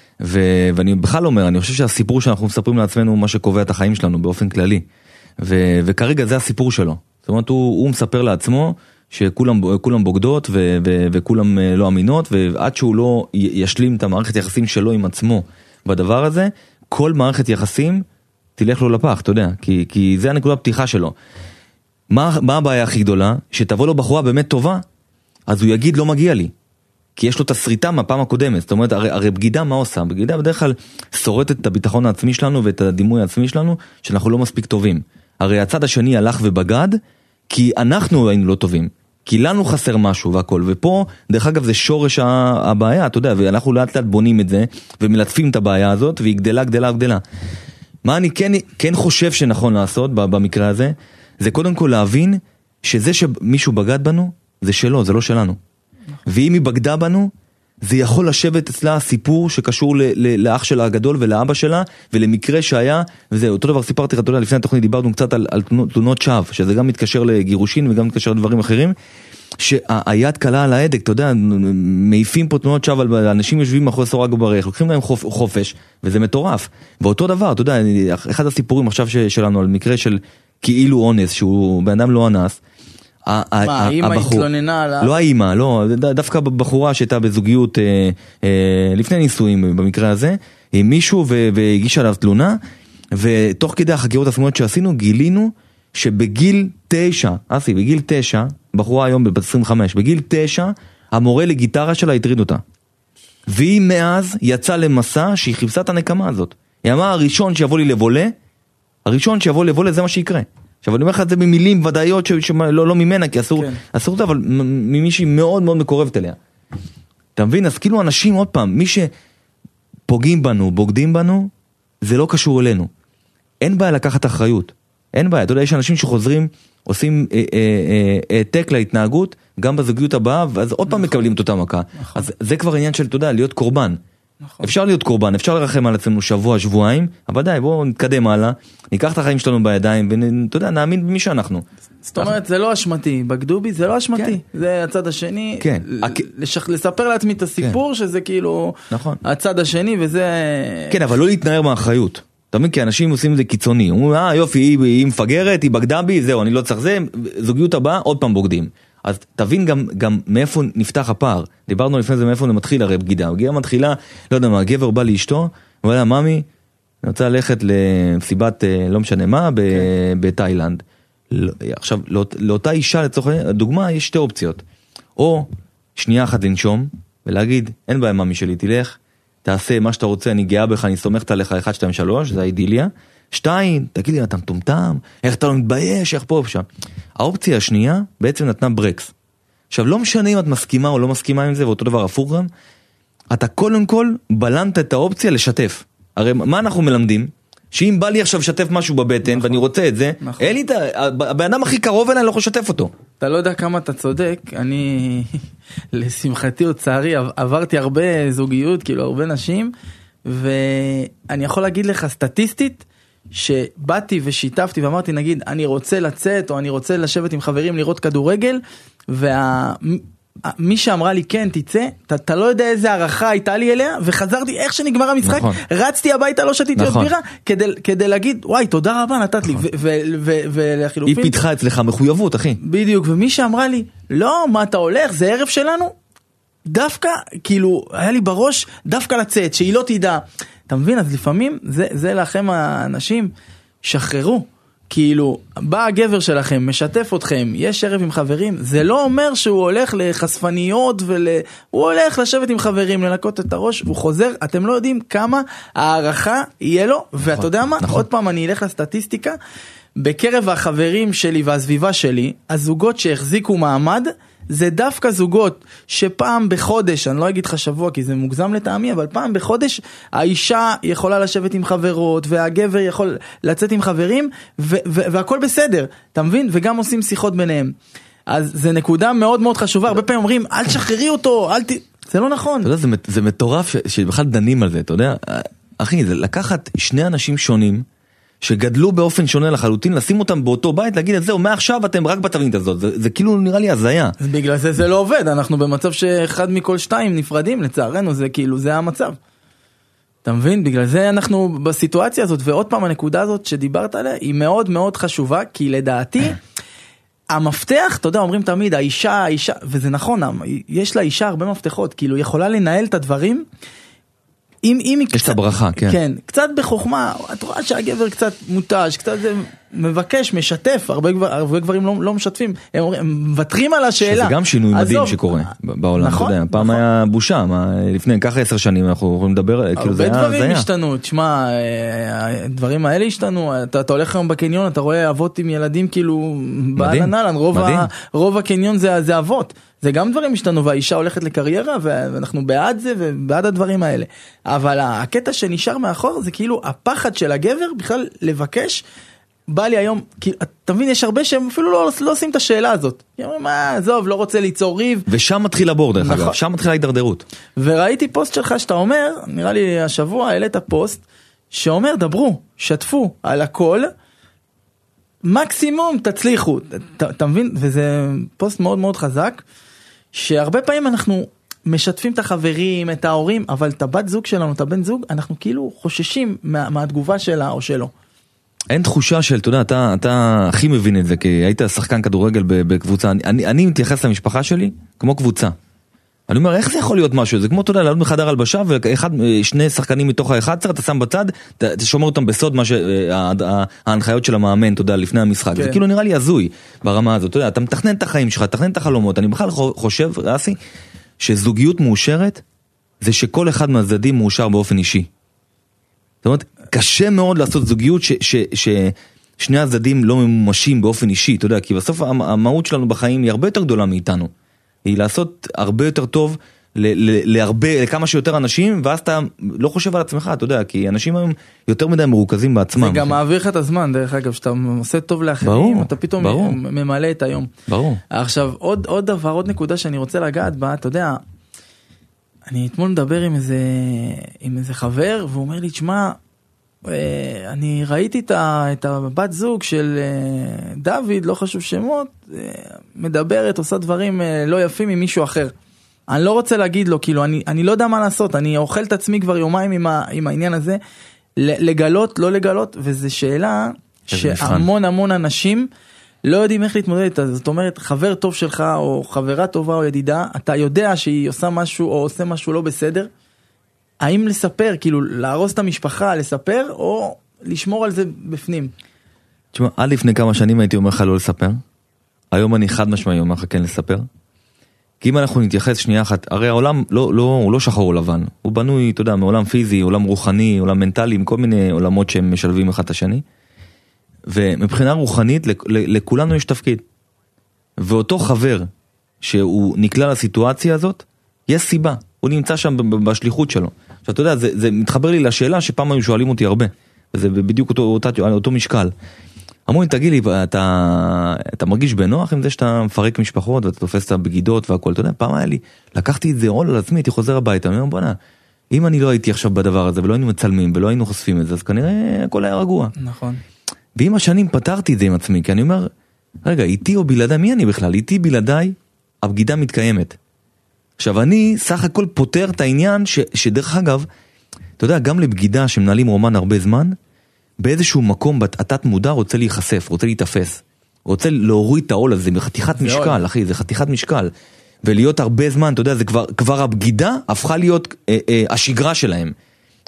ו- ואני בכלל אומר, אני חושב שהסיפור שאנחנו מספרים לעצמנו הוא מה שקובע את החיים שלנו באופן כללי, ו- וכרגע זה הסיפור שלו. זאת אומרת, הוא, הוא מספר לעצמו שכולם כולם בוגדות ו- ו- וכולם לא אמינות, ועד שהוא לא ישלים את המערכת יחסים שלו עם עצמו בדבר הזה, כל מערכת יחסים תלך לו לפח, אתה יודע, כי, כי זה הנקודה הפתיחה שלו. מה, מה הבעיה הכי גדולה? שתבוא לו בחורה באמת טובה, אז הוא יגיד לא מגיע לי. כי יש לו את הסריטה מהפעם הקודמת. זאת אומרת, הרי, הרי בגידה מה עושה? בגידה בדרך כלל שורטת את הביטחון העצמי שלנו ואת הדימוי העצמי שלנו, שאנחנו לא מספיק טובים. הרי הצד השני הלך ובגד, כי אנחנו היינו לא טובים. כי לנו חסר משהו והכל. ופה, דרך אגב, זה שורש הבעיה, אתה יודע, ואנחנו לאט לאט בונים את זה, ומלטפים את הבעיה הזאת, והיא גדלה, גדלה, גדלה. מה אני כן, כן חושב שנכון לעשות במקרה הזה? זה קודם כל להבין שזה שמישהו בגד בנו, זה שלו, זה לא שלנו. ואם היא בגדה בנו, זה יכול לשבת אצלה הסיפור שקשור ל- ל- לאח שלה הגדול ולאבא שלה, ולמקרה שהיה, וזה אותו דבר סיפרתי לך, אתה יודע, לפני התוכנית דיברנו קצת על, על תלונות, תלונות שווא, שזה גם מתקשר לגירושין וגם מתקשר לדברים אחרים, שהיד קלה על ההדק, אתה יודע, מעיפים פה תלונות שווא, על אנשים יושבים מאחורי סורג וברך, לוקחים להם חופ, חופש, וזה מטורף. ואותו דבר, אתה יודע, אחד הסיפורים עכשיו שלנו על מקרה של כאילו אונס, שהוא בן אדם לא אנס, מה, האמא התלוננה על... לא האמא, לא, דווקא בחורה שהייתה בזוגיות לפני נישואים במקרה הזה, עם מישהו והגישה עליו תלונה, ותוך כדי החקירות הסמויות שעשינו, גילינו שבגיל תשע, אסי, בגיל תשע, בחורה היום בת עשרים וחמש, בגיל תשע, המורה לגיטרה שלה הטריד אותה. והיא מאז יצאה למסע שהיא חיפשה את הנקמה הזאת. היא אמרה, הראשון שיבוא לי לבולה, הראשון שיבוא לבולה זה מה שיקרה. עכשיו אני אומר לך את זה במילים ודאיות שלא לא ממנה, כי אסור, כן. אסור אותה, אבל ממישהי מאוד מאוד מקורבת אליה. אתה מבין? אז כאילו אנשים, עוד פעם, מי שפוגעים בנו, בוגדים בנו, זה לא קשור אלינו. אין בעיה לקחת אחריות. אין בעיה. אתה יודע, יש אנשים שחוזרים, עושים העתק להתנהגות, גם בזוגיות הבאה, ואז עוד פעם מקבלים את אותה מכה. אז זה כבר עניין של, אתה יודע, להיות קורבן. אפשר להיות קורבן, אפשר לרחם על עצמנו שבוע, שבועיים, אבל די, בואו נתקדם הלאה, ניקח את החיים שלנו בידיים, ואתה יודע, נאמין במי שאנחנו. זאת אומרת, זה לא אשמתי, בגדו בי, זה לא אשמתי, זה הצד השני, לספר לעצמי את הסיפור, שזה כאילו הצד השני, וזה... כן, אבל לא להתנער מהאחריות. אתה מבין, כי אנשים עושים את זה קיצוני, אומרים, אה, יופי, היא מפגרת, היא בגדה בי, זהו, אני לא צריך זה, זוגיות הבאה, עוד פעם בוגדים. אז תבין גם, גם מאיפה נפתח הפער. דיברנו לפני זה מאיפה מתחיל הרי בגידה. בגידה מתחילה, לא יודע מה, הגבר בא לאשתו, הוא אומר, ממי, אני רוצה ללכת למסיבת, לא משנה מה, בתאילנד. עכשיו, לאותה אישה, לצורך הדוגמה, יש שתי אופציות. או שנייה אחת לנשום, ולהגיד, אין בעיה ממי שלי, תלך, תעשה מה שאתה רוצה, אני גאה בך, אני סומכת עליך, אחד, שתיים, שלוש, זה האידיליה. שתיים, תגיד לי, אתה מטומטם, איך אתה לא מתבייש, איך פה ושם. האופציה השנייה בעצם נתנה ברקס. עכשיו, לא משנה אם את מסכימה או לא מסכימה עם זה, ואותו דבר הפוך גם, אתה קודם כל בלנת את האופציה לשתף. הרי מה אנחנו מלמדים? שאם בא לי עכשיו לשתף משהו בבטן, נכון. ואני רוצה את זה, נכון. אין לי את הבן אדם הכי קרוב אליי, אני לא יכול לשתף אותו. אתה לא יודע כמה אתה צודק, אני, לשמחתי או צערי, עברתי הרבה זוגיות, כאילו הרבה נשים, ואני יכול להגיד לך סטטיסטית, שבאתי ושיתפתי ואמרתי, נגיד, אני רוצה לצאת, או אני רוצה לשבת עם חברים לראות כדורגל, ומי שאמרה לי, כן, תצא, אתה לא יודע איזה הערכה הייתה לי אליה, וחזרתי, איך שנגמר המשחק, נכון. רצתי הביתה, לא שתיתי נכון. עוד בירה, כדי, כדי להגיד, וואי, תודה רבה, נתת לי, נכון. ולחילופין... היא פיתחה אצלך מחויבות, אחי. בדיוק, ומי שאמרה לי, לא, מה אתה הולך, זה ערב שלנו, דווקא, כאילו, היה לי בראש, דווקא לצאת, שהיא לא תדע, אתה מבין? אז לפעמים זה, זה לכם האנשים, שחררו, כאילו, בא הגבר שלכם, משתף אתכם, יש ערב עם חברים, זה לא אומר שהוא הולך לחשפניות, ול... הוא הולך לשבת עם חברים, לנקות את הראש, הוא חוזר, אתם לא יודעים כמה הערכה יהיה לו, ואתה יודע מה? עוד פעם אני אלך לסטטיסטיקה, בקרב החברים שלי והסביבה שלי, הזוגות שהחזיקו מעמד, זה דווקא זוגות שפעם בחודש, אני לא אגיד לך שבוע כי זה מוגזם לטעמי, אבל פעם בחודש האישה יכולה לשבת עם חברות, והגבר יכול לצאת עם חברים, ו- ו- והכל בסדר, אתה מבין? וגם עושים שיחות ביניהם. אז זה נקודה מאוד מאוד חשובה, הרבה פעמים אומרים, אל תשחררי אותו, אל ת... זה לא נכון. אתה יודע, זה, זה מטורף ש- שבכלל דנים על זה, אתה יודע? אחי, זה לקחת שני אנשים שונים, שגדלו באופן שונה לחלוטין, לשים אותם באותו בית, להגיד את זהו, מעכשיו אתם רק בתבנית הזאת, זה, זה כאילו נראה לי הזיה. בגלל זה זה לא עובד, אנחנו במצב שאחד מכל שתיים נפרדים, לצערנו זה כאילו, זה המצב. אתה מבין? בגלל זה אנחנו בסיטואציה הזאת, ועוד פעם הנקודה הזאת שדיברת עליה, היא מאוד מאוד חשובה, כי לדעתי, המפתח, אתה יודע, אומרים תמיד, האישה, האישה, וזה נכון, יש לאישה הרבה מפתחות, כאילו, יכולה לנהל את הדברים, אם, אם יש את הברכה, כן. כן, קצת בחוכמה, את רואה שהגבר קצת מותש, קצת מבקש, משתף, הרבה, גבר, הרבה גברים לא, לא משתפים, הם, הם מבטרים על השאלה. שזה גם שינוי מדהים עזוב, שקורה בעולם, נכון, אתה יודע, פעם נכון. היה בושה, מה, לפני ככה עשר שנים אנחנו יכולים לדבר, כאילו זה היה... הרבה דברים השתנו, תשמע, הדברים האלה השתנו, אתה, אתה הולך היום בקניון, אתה רואה אבות עם ילדים כאילו, בעלן עלן, רוב, ה, רוב הקניון זה, זה אבות. זה גם דברים השתנו, והאישה הולכת לקריירה, ואנחנו בעד זה, ובעד הדברים האלה. אבל הקטע שנשאר מאחור, זה כאילו הפחד של הגבר, בכלל לבקש, בא לי היום, כאילו, אתה מבין, יש הרבה שהם אפילו לא, לא עושים את השאלה הזאת. הם אומרים, מה, עזוב, לא רוצה ליצור ריב. ושם מתחיל הבור, דרך אגב, שם מתחילה ההידרדרות. וראיתי פוסט שלך שאתה אומר, נראה לי השבוע, העלית פוסט, שאומר, דברו, שתפו על הכל, מקסימום תצליחו. אתה מבין? וזה פוסט מאוד מאוד חזק, שהרבה פעמים אנחנו משתפים את החברים, את ההורים, אבל את הבת זוג שלנו, את הבן זוג, אנחנו כאילו חוששים מה, מהתגובה שלה או שלו. אין תחושה של, אתה יודע, אתה, אתה הכי מבין את זה, כי היית שחקן כדורגל בקבוצה, אני, אני מתייחס למשפחה שלי כמו קבוצה. אני אומר, איך זה יכול להיות משהו? זה כמו, אתה יודע, לעלות מחדר הלבשה, ואחד, שני שחקנים מתוך ה-אחד עשר, אתה שם בצד, אתה שומר אותם בסוד, מה שההנחיות של המאמן, אתה יודע, לפני המשחק. זה כאילו נראה לי הזוי ברמה הזאת, אתה יודע, אתה מתכנן את החיים שלך, תכנן את החלומות. אני בכלל חושב, רסי, שזוגיות מאושרת, זה שכל אחד מהצדדים מאושר באופן אישי. זאת אומרת, קשה מאוד לעשות זוגיות ששני הצדדים לא ממומשים באופן אישי, אתה יודע, כי בסוף המהות שלנו בחיים היא הרבה יותר גדולה מאיתנו. היא לעשות הרבה יותר טוב להרבה, לכמה שיותר אנשים, ואז אתה לא חושב על עצמך, אתה יודע, כי אנשים היום יותר מדי מרוכזים בעצמם. זה גם מעביר לך את הזמן, דרך אגב, שאתה עושה טוב לאחרים, אתה פתאום ממלא את היום. ברור. עכשיו, עוד, עוד דבר, עוד נקודה שאני רוצה לגעת בה, אתה יודע, אני אתמול מדבר עם איזה, עם איזה חבר, והוא אומר לי, תשמע, אני ראיתי את הבת זוג של דוד, לא חשוב שמות, מדברת, עושה דברים לא יפים עם מישהו אחר. אני לא רוצה להגיד לו, כאילו, אני, אני לא יודע מה לעשות, אני אוכל את עצמי כבר יומיים עם, ה, עם העניין הזה, לגלות, לא לגלות, וזו שאלה שהמון המון אנשים לא יודעים איך להתמודד איתה. זאת אומרת, חבר טוב שלך, או חברה טובה או ידידה, אתה יודע שהיא עושה משהו, או עושה משהו לא בסדר, האם לספר, כאילו, להרוס את המשפחה, לספר, או לשמור על זה בפנים? תשמע, עד לפני כמה שנים הייתי אומר לך לא לספר, היום אני חד משמעי אומר לך כן לספר, כי אם אנחנו נתייחס שנייה אחת, הרי העולם לא, לא, הוא לא שחור או לבן, הוא בנוי, אתה יודע, מעולם פיזי, עולם רוחני, עולם מנטלי, עם כל מיני עולמות שהם משלבים אחד את השני, ומבחינה רוחנית, לכולנו יש תפקיד, ואותו חבר, שהוא נקלע לסיטואציה הזאת, יש סיבה, הוא נמצא שם בשליחות שלו. עכשיו, אתה יודע, זה, זה מתחבר לי לשאלה שפעם היו שואלים אותי הרבה, וזה בדיוק אותו, אותו, אותו משקל. אמרו לי, תגיד לי, אתה, אתה מרגיש בנוח עם זה שאתה מפרק משפחות, ואתה תופס את הבגידות והכל, אתה יודע, פעם היה לי, לקחתי את זה עול על עצמי, הייתי חוזר הביתה, אני אומר, בוא'נה, אם אני לא הייתי עכשיו בדבר הזה, ולא היינו מצלמים, ולא היינו חושפים את זה, אז כנראה הכל היה רגוע. נכון. ועם השנים פתרתי את זה עם עצמי, כי אני אומר, רגע, איתי או בלעדיי, מי אני בכלל? איתי בלעדיי, הבגידה מתקיימת. עכשיו, אני סך הכל פותר את העניין ש, שדרך אגב, אתה יודע, גם לבגידה שמנהלים רומן הרבה זמן, באיזשהו מקום בתת מודע רוצה להיחשף, רוצה להתאפס, רוצה להוריד את העול הזה, בחתיכת משקל, עוד. אחי, זה חתיכת משקל, ולהיות הרבה זמן, אתה יודע, זה כבר, כבר הבגידה הפכה להיות אה, אה, השגרה שלהם,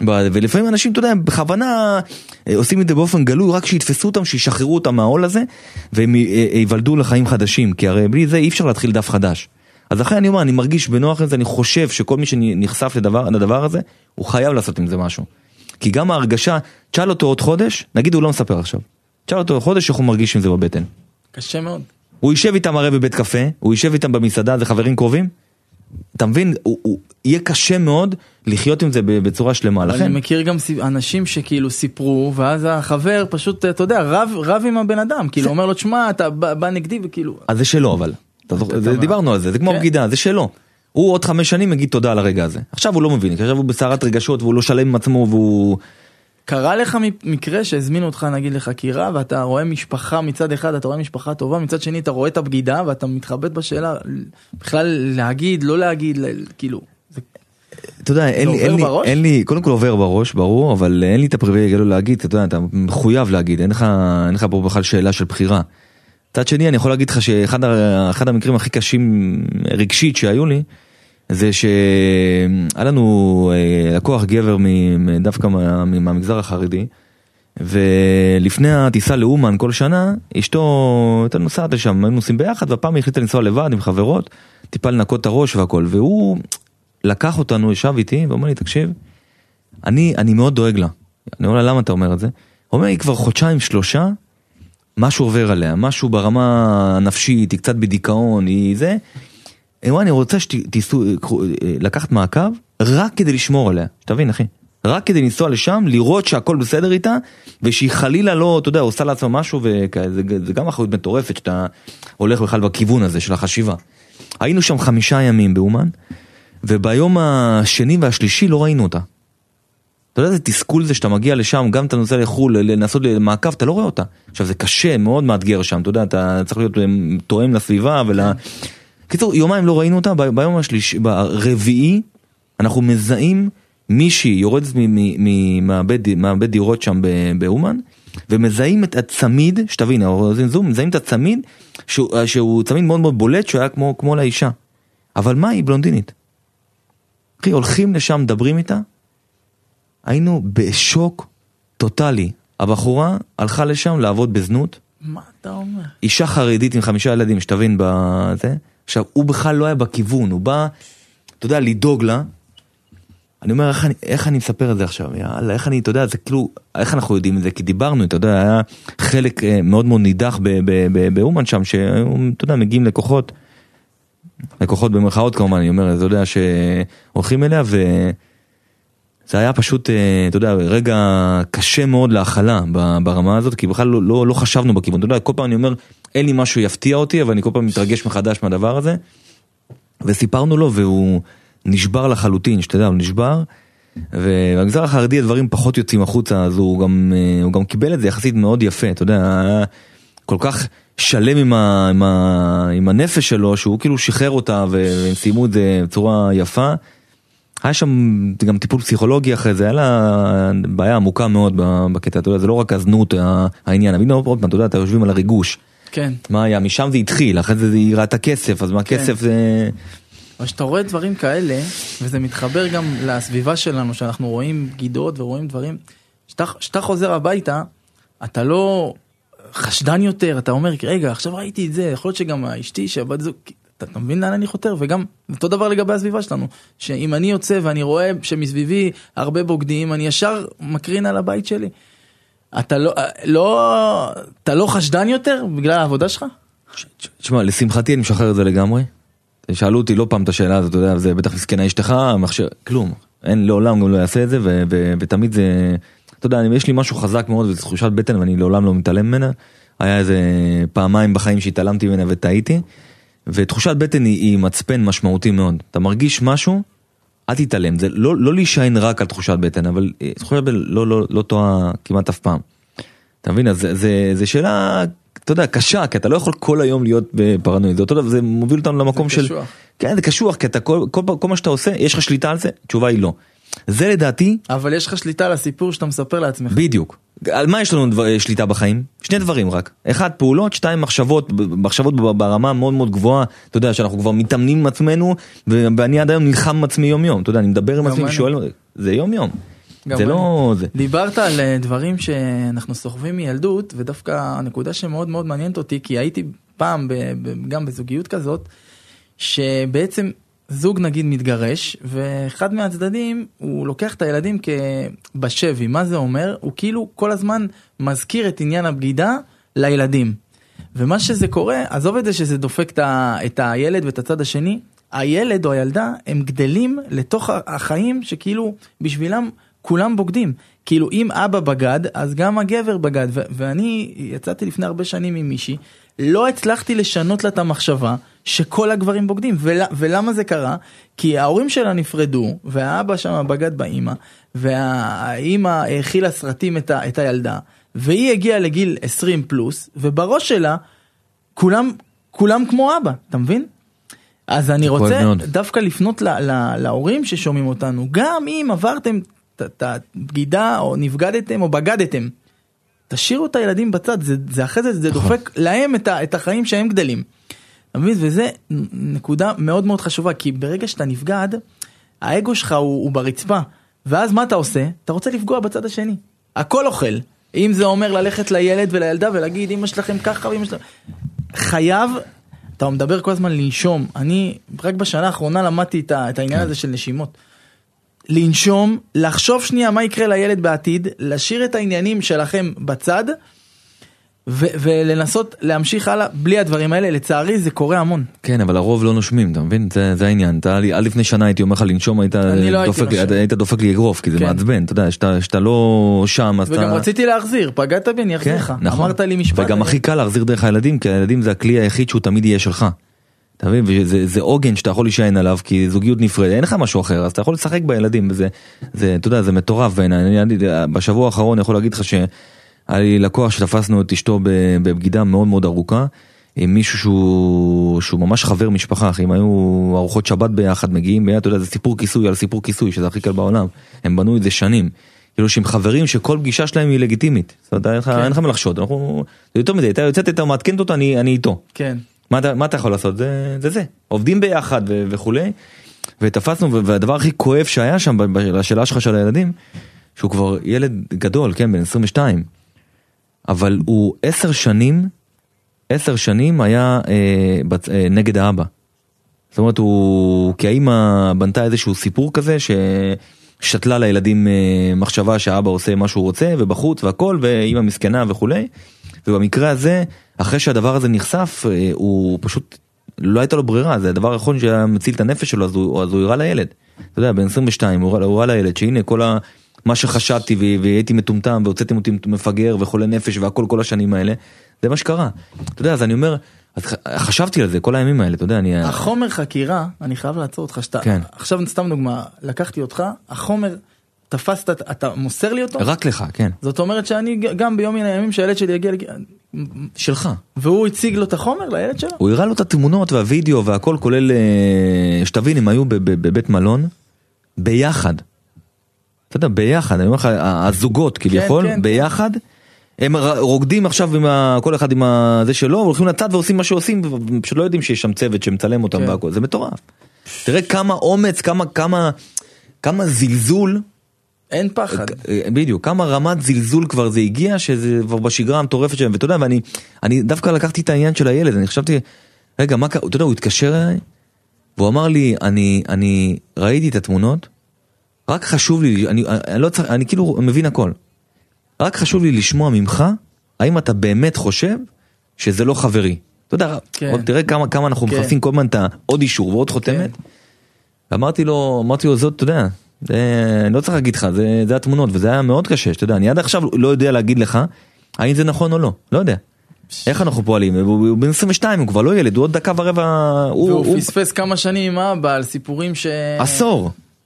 ולפעמים אנשים, אתה יודע, בכוונה עושים את זה באופן גלוי, רק שיתפסו אותם, שישחררו אותם מהעול הזה, והם ייוולדו לחיים חדשים, כי הרי בלי זה אי אפשר להתחיל דף חדש. אז אחרי אני אומר, אני מרגיש בנוח עם זה, אני חושב שכל מי שנחשף לדבר, לדבר הזה, הוא חייב לעשות עם זה משהו. כי גם ההרגשה, תשאל אותו עוד חודש, נגיד הוא לא מספר עכשיו, תשאל אותו עוד חודש איך הוא מרגיש עם זה בבטן. קשה מאוד. הוא יישב איתם הרי בבית קפה, הוא יישב איתם במסעדה, זה חברים קרובים, אתה מבין, הוא, הוא יהיה קשה מאוד לחיות עם זה בצורה שלמה. לכן... אני מכיר גם אנשים שכאילו סיפרו, ואז החבר פשוט, אתה יודע, רב, רב עם הבן אדם, כאילו אומר לו, תשמע, אתה בא, בא נגדי וכאילו... אז זה שלו, אבל. זה, דיברנו על זה, זה כמו בגידה, זה שלו. הוא עוד חמש שנים יגיד תודה על הרגע הזה. עכשיו הוא לא מבין, עכשיו הוא בסערת רגשות, והוא לא שלם עם עצמו, והוא... קרה לך מקרה שהזמינו אותך נגיד לחקירה, ואתה רואה משפחה מצד אחד, אתה רואה משפחה טובה, מצד שני אתה רואה את הבגידה, ואתה מתחבט בשאלה, בכלל להגיד, לא להגיד, כאילו... אתה יודע, אין לי, אין לי, אין לי, קודם כל עובר בראש, ברור, אבל אין לי את הפריבילגיה לא להגיד, אתה יודע, אתה מחויב להגיד, אין לך, אין לך פה בכלל שאלה של בחירה. מצד שני, אני יכול להגיד לך שאחד אחד המקרים הכי קשים רגשית שהיו לי, זה שהיה לנו לקוח גבר דווקא מהמגזר החרדי, ולפני הטיסה לאומן כל שנה, אשתו הייתה נוסעת לשם, היינו נוסעים ביחד, והפעם היא החליטה לנסוע לבד עם חברות, טיפה לנקות את הראש והכל, והוא לקח אותנו, ישב איתי, ואומר לי, תקשיב, אני, אני מאוד דואג לה. אני אומר לה, למה אתה אומר את זה? הוא אומר, היא כבר חודשיים, שלושה, משהו עובר עליה, משהו ברמה הנפשית, היא קצת בדיכאון, היא זה... אני רוצה שתיסו, לקחת מעקב, רק כדי לשמור עליה, שתבין אחי, רק כדי לנסוע לשם, לראות שהכל בסדר איתה, ושהיא חלילה לא, אתה יודע, עושה לעצמה משהו, וזה גם אחריות מטורפת, שאתה הולך בכלל בכיוון הזה של החשיבה. היינו שם חמישה ימים באומן, וביום השני והשלישי לא ראינו אותה. אתה יודע, זה תסכול זה שאתה מגיע לשם, גם אתה נוסע לחול, לנסות למעקב, אתה לא רואה אותה. עכשיו, זה קשה, מאוד מאתגר שם, אתה יודע, אתה צריך להיות תואם לסביבה ול... קיצור, יומיים לא ראינו אותה, ביום השלישי, ברביעי, אנחנו מזהים מישהי, יורד מהבית דירות שם באומן, ומזהים את הצמיד, שתבין, מזהים את הצמיד, שהוא צמיד מאוד מאוד בולט, שהוא היה כמו, כמו לאישה. אבל מה היא בלונדינית? אחי, הולכים לשם, מדברים איתה, היינו בשוק טוטלי. הבחורה הלכה לשם לעבוד בזנות. מה אתה אומר? אישה חרדית עם חמישה ילדים, שתבין בזה. עכשיו, הוא בכלל לא היה בכיוון, הוא בא, אתה יודע, לדאוג לה. אני אומר, איך אני, איך אני מספר את זה עכשיו? יאללה, איך אני, אתה יודע, זה כאילו, איך אנחנו יודעים את זה? כי דיברנו, אתה יודע, היה חלק מאוד מאוד נידח באומן שם, שאתה יודע, מגיעים לקוחות, לקוחות במרכאות כמובן, אני אומר, אתה יודע, שהולכים אליה, וזה היה פשוט, אתה יודע, רגע קשה מאוד להאכלה ברמה הזאת, כי בכלל לא, לא, לא חשבנו בכיוון, אתה יודע, כל פעם אני אומר, אין לי משהו יפתיע אותי, אבל אני כל פעם מתרגש מחדש מהדבר הזה, וסיפרנו לו, והוא נשבר לחלוטין, שאתה יודע, הוא נשבר, ובמגזר החרדי הדברים פחות יוצאים החוצה, אז הוא גם, הוא גם קיבל את זה יחסית מאוד יפה, אתה יודע, כל כך שלם עם, ה, עם, ה, עם הנפש שלו, שהוא כאילו שחרר אותה, והם סיימו את זה בצורה יפה. היה שם גם טיפול פסיכולוגי אחרי זה, היה לה בעיה עמוקה מאוד בקטע, אתה יודע, זה לא רק הזנות העניין, אבל עוד פעם, אתה יודע, אתה יושבים על הריגוש. כן. מה היה? משם זה התחיל, אחרי זה היא ראתה כסף, אז מה הכסף זה... אבל שאתה רואה דברים כאלה, וזה מתחבר גם לסביבה שלנו, שאנחנו רואים גידות ורואים דברים, שאתה, שאתה חוזר הביתה, אתה לא חשדן יותר, אתה אומר, רגע, עכשיו ראיתי את זה, יכול להיות שגם אשתי, שהבת זו, אתה, אתה מבין לאן אני חותר, וגם אותו דבר לגבי הסביבה שלנו, שאם אני יוצא ואני רואה שמסביבי הרבה בוגדים, אני ישר מקרין על הבית שלי. אתה לא, לא, אתה לא חשדן יותר בגלל העבודה שלך? תשמע, לשמחתי אני משחרר את זה לגמרי. שאלו אותי לא פעם את השאלה הזאת, אתה יודע, זה בטח מסכנה אשתך, מחשב, כלום. אין, לעולם גם לא יעשה את זה, ו- ו- ותמיד זה, אתה יודע, יש לי משהו חזק מאוד, וזה תחושת בטן, ואני לעולם לא מתעלם ממנה. היה איזה פעמיים בחיים שהתעלמתי ממנה וטעיתי, ותחושת בטן היא, היא מצפן משמעותי מאוד. אתה מרגיש משהו, אל תתעלם. זה לא, לא להישען רק על תחושת בטן, אבל תחושת בטן לא, לא, לא טועה כמעט אף פעם. אתה מבין? אז זה, זה, זה שאלה, אתה יודע, קשה, כי אתה לא יכול כל היום להיות בפרנואיד. זה אותו דבר, זה מוביל אותנו למקום של... קשוח. כן, זה קשוח, כי אתה, כל, כל, כל מה שאתה עושה, יש לך שליטה על זה? תשובה היא לא. זה לדעתי... אבל יש לך שליטה על הסיפור שאתה מספר לעצמך. בדיוק. על מה יש לנו דבר, שליטה בחיים? שני דברים רק. אחד, פעולות, שתיים, מחשבות, מחשבות ברמה מאוד מאוד גבוהה. אתה יודע, שאנחנו כבר מתאמנים עם עצמנו, ואני עד היום נלחם עם עצמי יום יום. אתה יודע, אני מדבר עם עצמי ושואל, זה יום יום. זה לא זה. דיברת על דברים שאנחנו סוחבים מילדות, ודווקא הנקודה שמאוד מאוד מעניינת אותי, כי הייתי פעם גם בזוגיות כזאת, שבעצם זוג נגיד מתגרש, ואחד מהצדדים הוא לוקח את הילדים בשבי. מה זה אומר? הוא כאילו כל הזמן מזכיר את עניין הבגידה לילדים. ומה שזה קורה, עזוב את זה שזה דופק את הילד ואת הצד השני, הילד או הילדה הם גדלים לתוך החיים שכאילו בשבילם כולם בוגדים. כאילו אם אבא בגד, אז גם הגבר בגד. ו- ואני יצאתי לפני הרבה שנים עם מישהי, לא הצלחתי לשנות לה את המחשבה שכל הגברים בוגדים. ול- ולמה זה קרה? כי ההורים שלה נפרדו, והאבא שם בגד באמא, והאמא האכילה סרטים את, ה- את הילדה, והיא הגיעה לגיל עשרים פלוס, ובראש שלה כולם, כולם כמו אבא, אתה מבין? אז אני רוצה דווקא לפנות לה, לה, להורים ששומעים אותנו, גם אם עברתם את הבגידה או נפגדתם או בגדתם, תשאירו את הילדים בצד, זה, זה אחרי זה, זה דופק להם את, ה, את החיים שהם גדלים. וזה נקודה מאוד מאוד חשובה, כי ברגע שאתה נפגד, האגו שלך הוא, הוא ברצפה, ואז מה אתה עושה? אתה רוצה לפגוע בצד השני. הכל אוכל. אם זה אומר ללכת לילד ולילדה ולהגיד, אמא שלכם ככה ואמא שלכם, חייב, אתה מדבר כל הזמן לנשום. אני רק בשנה האחרונה למדתי את, את העניין הזה של נשימות. לנשום, לחשוב שנייה מה יקרה לילד בעתיד, לשיר את העניינים שלכם בצד, ו- ולנסות להמשיך הלאה בלי הדברים האלה. לצערי זה קורה המון. כן, אבל הרוב לא נושמים, אתה מבין? זה, זה העניין. אתה, עד לפני שנה הייתי אומר לך לנשום, היית, לא דופק, הייתי היית, היית דופק לי אגרוף, כי זה כן. מעצבן, אתה יודע, שאתה, שאתה לא שם, אז וגם אתה... רציתי להחזיר, פגעת בי, אני אחזיר לך. כן, נכון. אמרת לי משפט. וגם הכי קל להחזיר דרך הילדים, כי הילדים זה הכלי היחיד שהוא תמיד יהיה שלך. אתה מבין? וזה, זה עוגן שאתה יכול להישען עליו, כי זוגיות נפרדת, אין לך משהו אחר, אז אתה יכול לשחק בילדים, וזה, זה, אתה יודע, זה מטורף. ואני, אני, בשבוע האחרון אני יכול להגיד לך שהיה לי לקוח שתפסנו את אשתו בבגידה מאוד מאוד ארוכה, עם מישהו שהוא, שהוא ממש חבר משפחה, אחי, הם היו ארוחות שבת ביחד, מגיעים ביחד, אתה יודע, זה סיפור כיסוי על סיפור כיסוי, שזה הכי קל בעולם, הם בנו את זה שנים, כאילו שהם חברים שכל פגישה שלהם היא לגיטימית, זאת אומרת, אין לך מה לחשוד, אנחנו, זה יותר מדי, אתה יוצאת, אתה מעדכנת אותו, אני, אני איתו. כן. מה אתה, מה אתה יכול לעשות? זה, זה זה. עובדים ביחד ו- וכולי, ותפסנו, והדבר הכי כואב שהיה שם, בשאלה שלך של הילדים, שהוא כבר ילד גדול, כן, בן עשרים ושתיים, אבל הוא עשר שנים, עשר שנים היה אה, בצ... אה, נגד האבא. זאת אומרת, הוא, כי האמא בנתה איזשהו סיפור כזה, ששתלה לילדים אה, מחשבה שהאבא עושה מה שהוא רוצה, ובחוץ והכל, ואמא מסכנה וכולי, ובמקרה הזה, אחרי שהדבר הזה נחשף, הוא פשוט, לא הייתה לו ברירה, זה הדבר האחרון שהיה מציל את הנפש שלו, אז הוא, אז הוא הראה לילד. אתה יודע, בין עשרים ושתיים, הוא הראה לילד, שהנה כל ה, מה שחשבתי, והייתי מטומטם, והוצאתם אותי מפגר, וחולה נפש, והכל כל השנים האלה, זה מה שקרה. אתה יודע, אז אני אומר, אז חשבתי על זה, כל הימים האלה, אתה יודע, אני... החומר חקירה, אני חייב לעצור אותך, שאתה, כן. עכשיו סתם דוגמה, לקחתי אותך, החומר... תפסת, אתה מוסר לי אותו? רק לך, כן. זאת אומרת שאני גם ביום מן הימים שהילד שלי יגיע לגיע... שלך. והוא הציג לו את החומר לילד שלו? הוא הראה לו את התמונות והווידאו והכל, כולל, שתבין, הם היו בבית מלון, ביחד. אתה יודע, ביחד, אני אומר לך, הזוגות כביכול, כן, כן, ביחד, הם רוקדים עכשיו עם ה... כל אחד עם זה שלו, הולכים לצד ועושים מה שעושים, ופשוט לא יודעים שיש שם צוות שמצלם אותם והכל, זה מטורף. תראה כמה אומץ, כמה, כמה, כמה זלזול, אין פחד. בדיוק, כמה רמת זלזול כבר זה הגיע, שזה כבר בשגרה המטורפת שלהם, ואתה יודע, ואני אני דווקא לקחתי את העניין של הילד, אני חשבתי, רגע, מה, אתה יודע, הוא התקשר אליי, והוא אמר לי, אני, אני ראיתי את התמונות, רק חשוב לי, אני, אני, לא צריך, אני כאילו מבין הכל, רק חשוב לי לשמוע ממך, האם אתה באמת חושב שזה לא חברי. אתה יודע, כן. תראה כמה, כמה אנחנו כן. מחפשים כל הזמן את העוד אישור ועוד חותמת, כן. ואמרתי לו, אמרתי לו, זאת, אתה יודע, זה, אני לא צריך להגיד לך, זה, זה התמונות, וזה היה מאוד קשה, שאתה יודע, אני עד עכשיו לא יודע להגיד לך, האם זה נכון או לא, לא יודע. איך אנחנו פועלים? הוא בן עשרים ושתיים, הוא כבר לא ילד, הוא עוד דקה ורבע, והוא פספס כמה שנים עם אבא על סיפורים ש... עשור.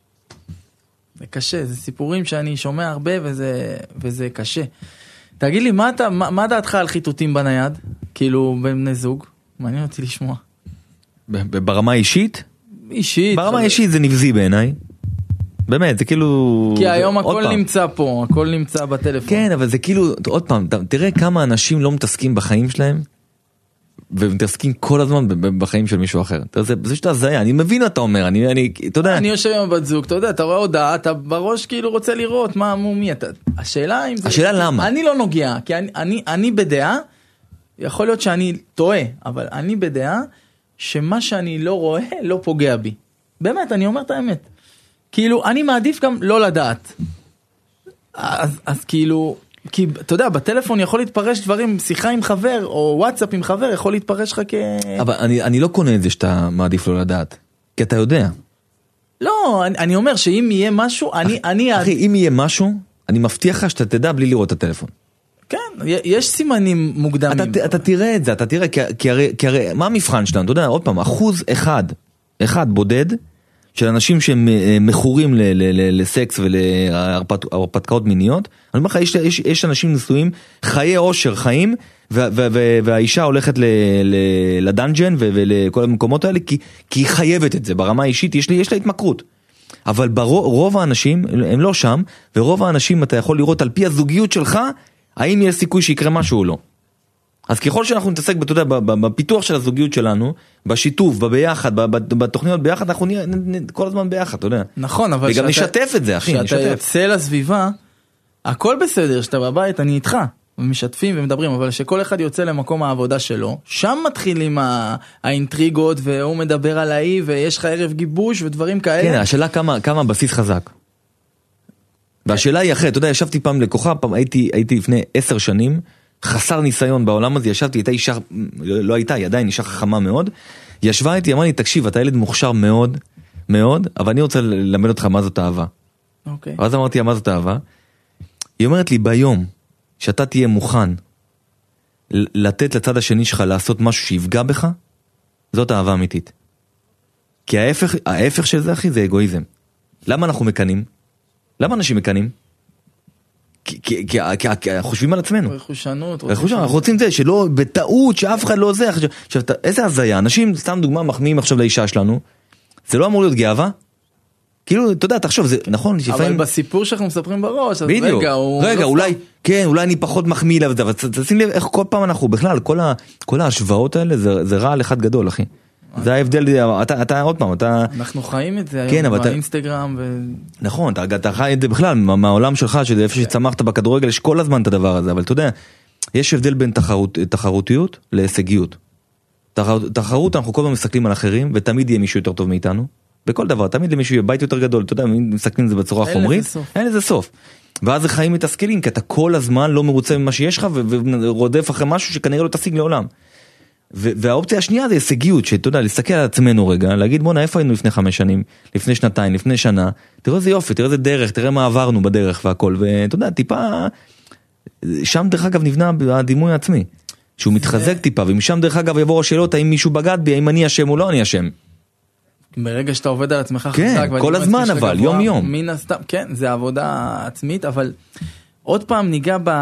זה קשה, זה סיפורים שאני שומע הרבה, וזה, וזה קשה. תגיד לי, מה, אתה, מה, מה דעתך על חיתותים בנייד? כאילו, בין בני זוג? מעניין אותי לשמוע. ברמה אישית? אישית. ברמה אישית זה נבזי בעיניי. באמת, זה כאילו... כי היום הכל נמצא פה, הכל נמצא בטלפון. כן, אבל זה כאילו, עוד פעם, תראה כמה אנשים לא מתעסקים בחיים שלהם, ומתעסקים כל הזמן בחיים של מישהו אחר. זה שאתה זהה, אני מבין מה אתה אומר, אני, אני, אתה יודע. אני יושב עם הבת זוג, אתה יודע, אתה רואה הודעה, אתה בראש כאילו רוצה לראות מה, מי אתה. השאלה אם זה... השאלה למה? אני לא נוגע, כי אני, אני, אני בדעה, יכול להיות שאני טועה, אבל אני בדעה, שמה שאני לא רואה, לא פוגע בי. באמת, אני אומר את האמת. כאילו, אני מעדיף גם לא לדעת. אז, אז כאילו... כי אתה יודע, בטלפון יכול להתפרש דברים, שיחה עם חבר, או וואטסאפ עם חבר, יכול להתפרש לך כ... אבל אני, אני לא קונה את זה שאתה מעדיף לא לדעת, כי אתה יודע. לא, אני, אני אומר שאם יהיה משהו, אני... אחי, אני אחי, אם יהיה משהו, אני מבטיח לך שאתה תדע בלי לראות את הטלפון. כן, יש סימנים מוקדמים. אתה, אתה תראה את זה, אתה תראה, כי, כי, הרי, כי הרי, מה המבחן שלנו? אתה יודע, עוד פעם, אחוז אחד, אחד בודד, של אנשים שהם מכורים ל- ל- ל- לסקס ולהרפתקאות מיניות, אני אומר לך, יש, יש, יש אנשים נשואים, חיי אושר חיים, וה, וה, וה, והאישה הולכת ל- ל- לדנג'ן ולכל המקומות האלה, כי, כי היא חייבת את זה, ברמה האישית, יש, לי, יש לה התמכרות. אבל ברוב האנשים, הם לא שם, ורוב האנשים אתה יכול לראות על פי הזוגיות שלך, האם יש סיכוי שיקרה משהו או לא. אז ככל שאנחנו נתעסק, אתה יודע, בפיתוח של הזוגיות שלנו, בשיתוף, בביחד, בתוכניות ביחד, אנחנו נהיה כל הזמן ביחד, אתה יודע. נכון, אבל... וגם נשתף את זה, אחי, נשתף. כשאתה יוצא לסביבה, הכל בסדר, שאתה בבית, אני איתך, ומשתפים ומדברים, אבל שכל אחד יוצא למקום העבודה שלו, שם מתחילים האינטריגות, והוא מדבר על האי, ויש לך ערב גיבוש ודברים כאלה. כן, השאלה כמה בסיס חזק. והשאלה היא אחרת, אתה יודע, ישבתי פעם לקוחה, פעם הייתי לפני עשר שנים, חסר ניסיון בעולם הזה, ישבתי, הייתה אישה, לא הייתה, היא עדיין אישה חכמה מאוד, ישבה איתי, אמרה לי, תקשיב, אתה ילד מוכשר מאוד, מאוד, אבל אני רוצה ללמד אותך מה זאת אהבה. אוקיי. ואז אמרתי, מה זאת אהבה? היא אומרת לי, ביום שאתה תהיה מוכן לתת לצד השני שלך לעשות משהו שיפגע בך, זאת אהבה אמיתית. כי ההפך, ההפך של זה, אחי, זה אגואיזם. למה אנחנו מקנים? למה אנשים מקנים? כי חושבים על עצמנו. רכושנות. אנחנו רוצים זה, שלא, בטעות, שאף אחד לא זה. עכשיו, איזה הזיה? אנשים, סתם דוגמה, מחמיאים עכשיו לאישה שלנו, זה לא אמור להיות גאווה? כאילו, אתה יודע, תחשוב, זה נכון, אבל בסיפור שאנחנו מספרים בראש, אז רגע, רגע, אולי, כן, אולי אני פחות מחמיא לה, אבל תשים לב איך כל פעם אנחנו, בכלל, כל ההשוואות האלה, זה רע על אחד גדול, אחי. זה ההבדל, אתה, אתה, עוד פעם, אתה... אנחנו חיים את זה היום באינסטגרם ו... נכון, אתה, אתה חי את זה בכלל, מהעולם שלך, שזה איפה שצמחת בכדורגל, יש כל הזמן את הדבר הזה, אבל אתה יודע, יש הבדל בין תחרות, תחרותיות להישגיות. תחרות, אנחנו כל הזמן מסתכלים על אחרים, ותמיד יהיה מישהו יותר טוב מאיתנו, בכל דבר, תמיד למישהו יהיה בית יותר גדול, אתה יודע, מסתכלים את זה בצורה חומרית, אין לזה סוף. ואז זה חיים מתסכלים, כי אתה כל הזמן לא מרוצה ממה שיש לך, ורודף אחרי משהו שכנראה לא תשיג לעולם. והאופציה השנייה זה הישגיות, שאתה יודע, להסתכל על עצמנו רגע, להגיד בוא, איפה היינו לפני חמש שנים, לפני שנתיים, לפני שנה, תראה איזה יופי, תראה איזה דרך, תראה מה עברנו בדרך והכל, ואתה יודע, טיפה, שם דרך אגב נבנה הדימוי העצמי, שהוא מתחזק טיפה, ומשם דרך אגב יבואו השאלות, האם מישהו בגד בי, האם אני אשם או לא אני אשם. ברגע שאתה עובד על עצמך חזק, כן, כל הזמן אבל, יום יום. מן הסתם, כן, זה עבודה עצמית, אבל עוד פעם ניגע ב...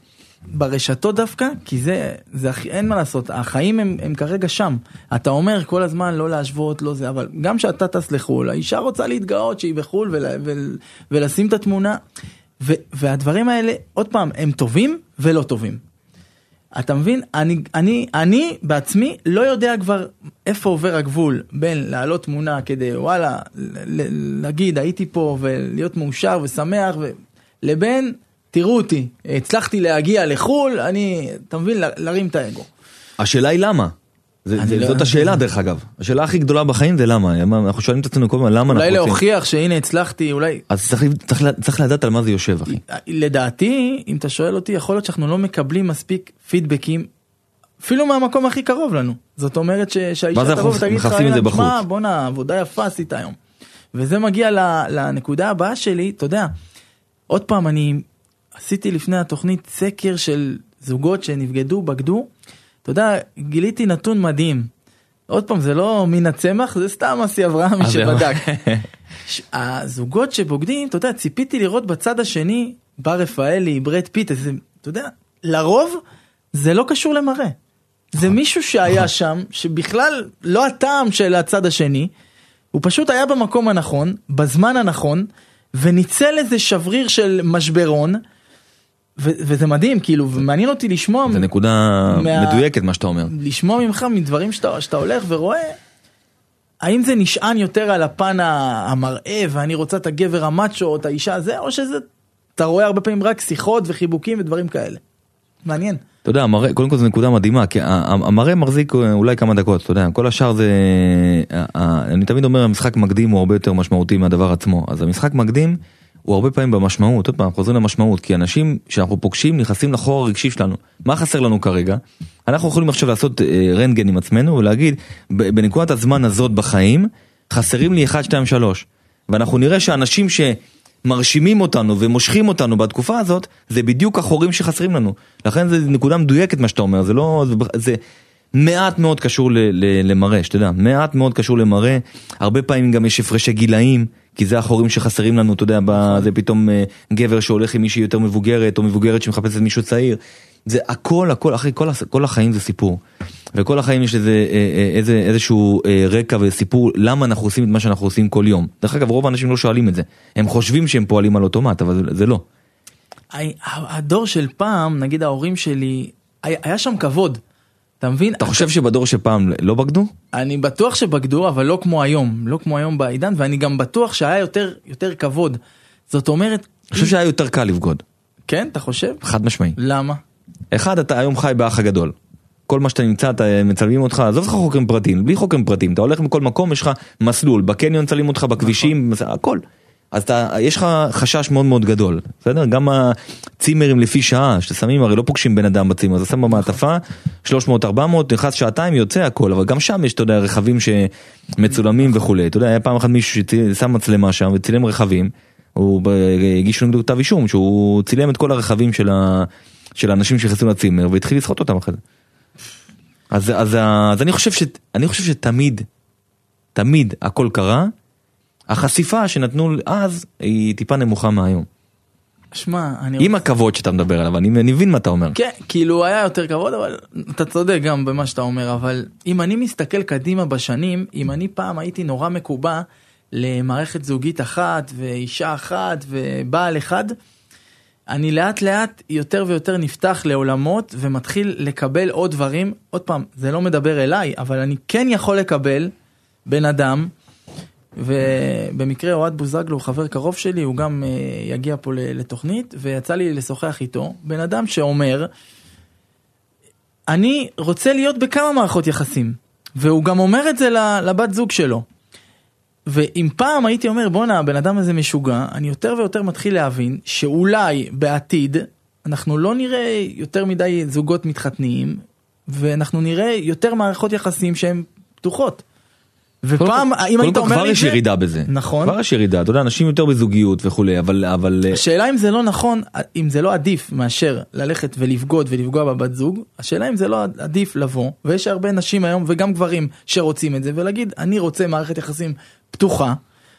ברשתות דווקא, כי זה, זה אין מה לעשות, החיים הם, הם כרגע שם. אתה אומר כל הזמן לא להשוות, לא זה, אבל גם שאתה טס לחול, האישה רוצה להתגאות שהיא בחול ול, ול, ולשים את התמונה, ו, והדברים האלה, עוד פעם, הם טובים ולא טובים. אתה מבין? אני, אני, אני בעצמי לא יודע כבר איפה עובר הגבול בין להעלות תמונה כדי, וואלה, להגיד, הייתי פה ולהיות מאושר ושמח, ו, לבין תראו אותי, הצלחתי להגיע לחול, אני, אתה מבין, להרים את האגו. השאלה היא למה? זאת השאלה דרך אגב. השאלה הכי גדולה בחיים זה למה. אנחנו שואלים את עצמנו כל הזמן, למה אנחנו רוצים? רוצים? אולי להוכיח שהנה הצלחתי, אולי... אז צריך לדעת על מה זה יושב, אחי. לדעתי, אם אתה שואל אותי, יכול להיות שאנחנו לא מקבלים מספיק פידבקים, אפילו מהמקום הכי קרוב לנו. זאת אומרת שהאישה תבוא ותגיד לך, מה, בונה, עבודה יפה עשית היום. וזה מגיע לנקודה הבאה שלי, אתה יודע, עוד פעם אני עשיתי לפני התוכנית סקר של זוגות שנפגדו, בגדו, אתה יודע, גיליתי נתון מדהים. עוד פעם, זה לא מן הצמח, זה סתם אסי אברהם שבדק. הזוגות שבוגדים, אתה יודע, ציפיתי לראות בצד השני, בר רפאלי, ברד פיט, אתה יודע, לרוב זה לא קשור למראה. זה מישהו שהיה שם, שבכלל לא הטעם של הצד השני, הוא פשוט היה במקום הנכון, בזמן הנכון, וניצל איזה שבריר של משברון, ו- וזה מדהים, כאילו, ומעניין אותי לשמוע... זה נקודה מה... מדויקת מה שאתה אומר. לשמוע ממך מדברים שאתה, שאתה הולך ורואה, האם זה נשען יותר על הפן המראה, ואני רוצה את הגבר המאצ'ו, או את האישה הזה, או שזה, אתה רואה הרבה פעמים רק שיחות וחיבוקים ודברים כאלה. מעניין. אתה יודע, המראה, קודם כל זו נקודה מדהימה, כי המראה מחזיק אולי כמה דקות, אתה יודע, כל השאר זה, אני תמיד אומר, המשחק מקדים הוא הרבה יותר משמעותי מהדבר עצמו, אז המשחק מקדים הוא הרבה פעמים במשמעות, עוד פעם, חוזרים למשמעות, כי אנשים שאנחנו פוגשים נכנסים לחור הרגשי שלנו, מה חסר לנו כרגע? אנחנו יכולים עכשיו לעשות רנטגן עם עצמנו, ולהגיד, בנקודת הזמן הזאת בחיים, חסרים לי אחת, שתיים, שלוש, ואנחנו נראה שאנשים ש... מרשימים אותנו ומושכים אותנו בתקופה הזאת, זה בדיוק החורים שחסרים לנו. לכן זה נקודה מדויקת מה שאתה אומר, זה לא, זה, זה מעט מאוד קשור ל, ל, למראה, שתדע, מעט מאוד קשור למראה, הרבה פעמים גם יש הפרשי גילאים, כי זה החורים שחסרים לנו, אתה יודע, זה פתאום גבר שהולך עם מישהי יותר מבוגרת, או מבוגרת שמחפשת מישהו צעיר, זה הכל, הכל, אחרי כל, כל החיים זה סיפור. וכל החיים יש איזה, איזה, איזשהו רקע וסיפור, למה אנחנו עושים את מה שאנחנו עושים כל יום. דרך אגב, רוב האנשים לא שואלים את זה. הם חושבים שהם פועלים על אוטומט, אבל זה לא. הדור של פעם, נגיד ההורים שלי, היה שם כבוד. אתה מבין? אתה חושב שבדור של פעם לא בגדו? אני בטוח שבגדו, אבל לא כמו היום. לא כמו היום בעידן, ואני גם בטוח שהיה יותר, יותר כבוד. זאת אומרת... אני חושב שהיה יותר קל לבגוד. כן, אתה חושב? חד משמעי. למה? אחד, אתה היום חי באח הגדול. כל מה שאתה נמצא, אתה מצלמים אותך, עזוב לך חוקרים פרטיים, בלי חוקרים פרטיים, אתה הולך מכל מקום, יש לך מסלול, בקניון צלמים אותך, בכבישים, הכל. אז אתה, יש לך חשש מאוד מאוד גדול, בסדר? גם הצימרים לפי שעה, שאתה שמים, הרי לא פוגשים בן אדם בצימר, אז אתה שם במעטפה, שלוש מאות ארבע מאות, נכנס שעתיים, יוצא הכל, אבל גם שם יש, אתה יודע, רכבים שמצולמים וכו'. אתה יודע, היה פעם אחת מישהו ששם מצלמה שם וצילם רכבים, הוא הגיש נגדו כתב אישום, שהוא צילם את כל הרכבים של ה... של האנשים שנכנסו לצימר, והתחיל לשחוט אותם אחרי זה. אז, אז, אז אני חושב ש, אני חושב שתמיד, תמיד הכל קרה, החשיפה שנתנו אז, היא טיפה נמוכה מהיום. שמה, אני... עם הכבוד שאתה מדבר עליו, אני, אני מבין מה אתה אומר. כן, כאילו היה יותר כבוד, אבל אתה צודק גם במה שאתה אומר, אבל אם אני מסתכל קדימה בשנים, אם אני פעם הייתי נורא מקובע, למערכת זוגית אחת, ואישה אחת, ובעל אחד, אני לאט לאט יותר ויותר נפתח לעולמות ומתחיל לקבל עוד דברים. עוד פעם, זה לא מדבר אליי, אבל אני כן יכול לקבל בן אדם, ובמקרה אוהד בוזגלו, חבר קרוב שלי, הוא גם יגיע פה לתוכנית, ויצא לי לשוחח איתו, בן אדם שאומר, אני רוצה להיות בכמה מערכות יחסים, והוא גם אומר את זה לבת זוג שלו. ואם פעם הייתי אומר, בונה, הבן אדם הזה משוגע, אני יותר ויותר מתחיל להבין שאולי בעתיד אנחנו לא נראה יותר מדי זוגות מתחתניים, ואנחנו נראה יותר מערכות יחסים שהן פתוחות. ופעם, אם היית אומר לי כבר יש ירידה בזה. נכון. כבר יש ירידה, אתה יודע, אנשים יותר בזוגיות וכו', אבל, אבל... השאלה אם זה לא נכון, אם זה לא עדיף מאשר ללכת ולפגוד ולפגוע בבת זוג, השאלה אם זה לא עדיף לבוא, ויש הרבה נשים היום וגם גברים שרוצים את זה, ולהגיד, אני רוצה מערכת יחסים פתוחה,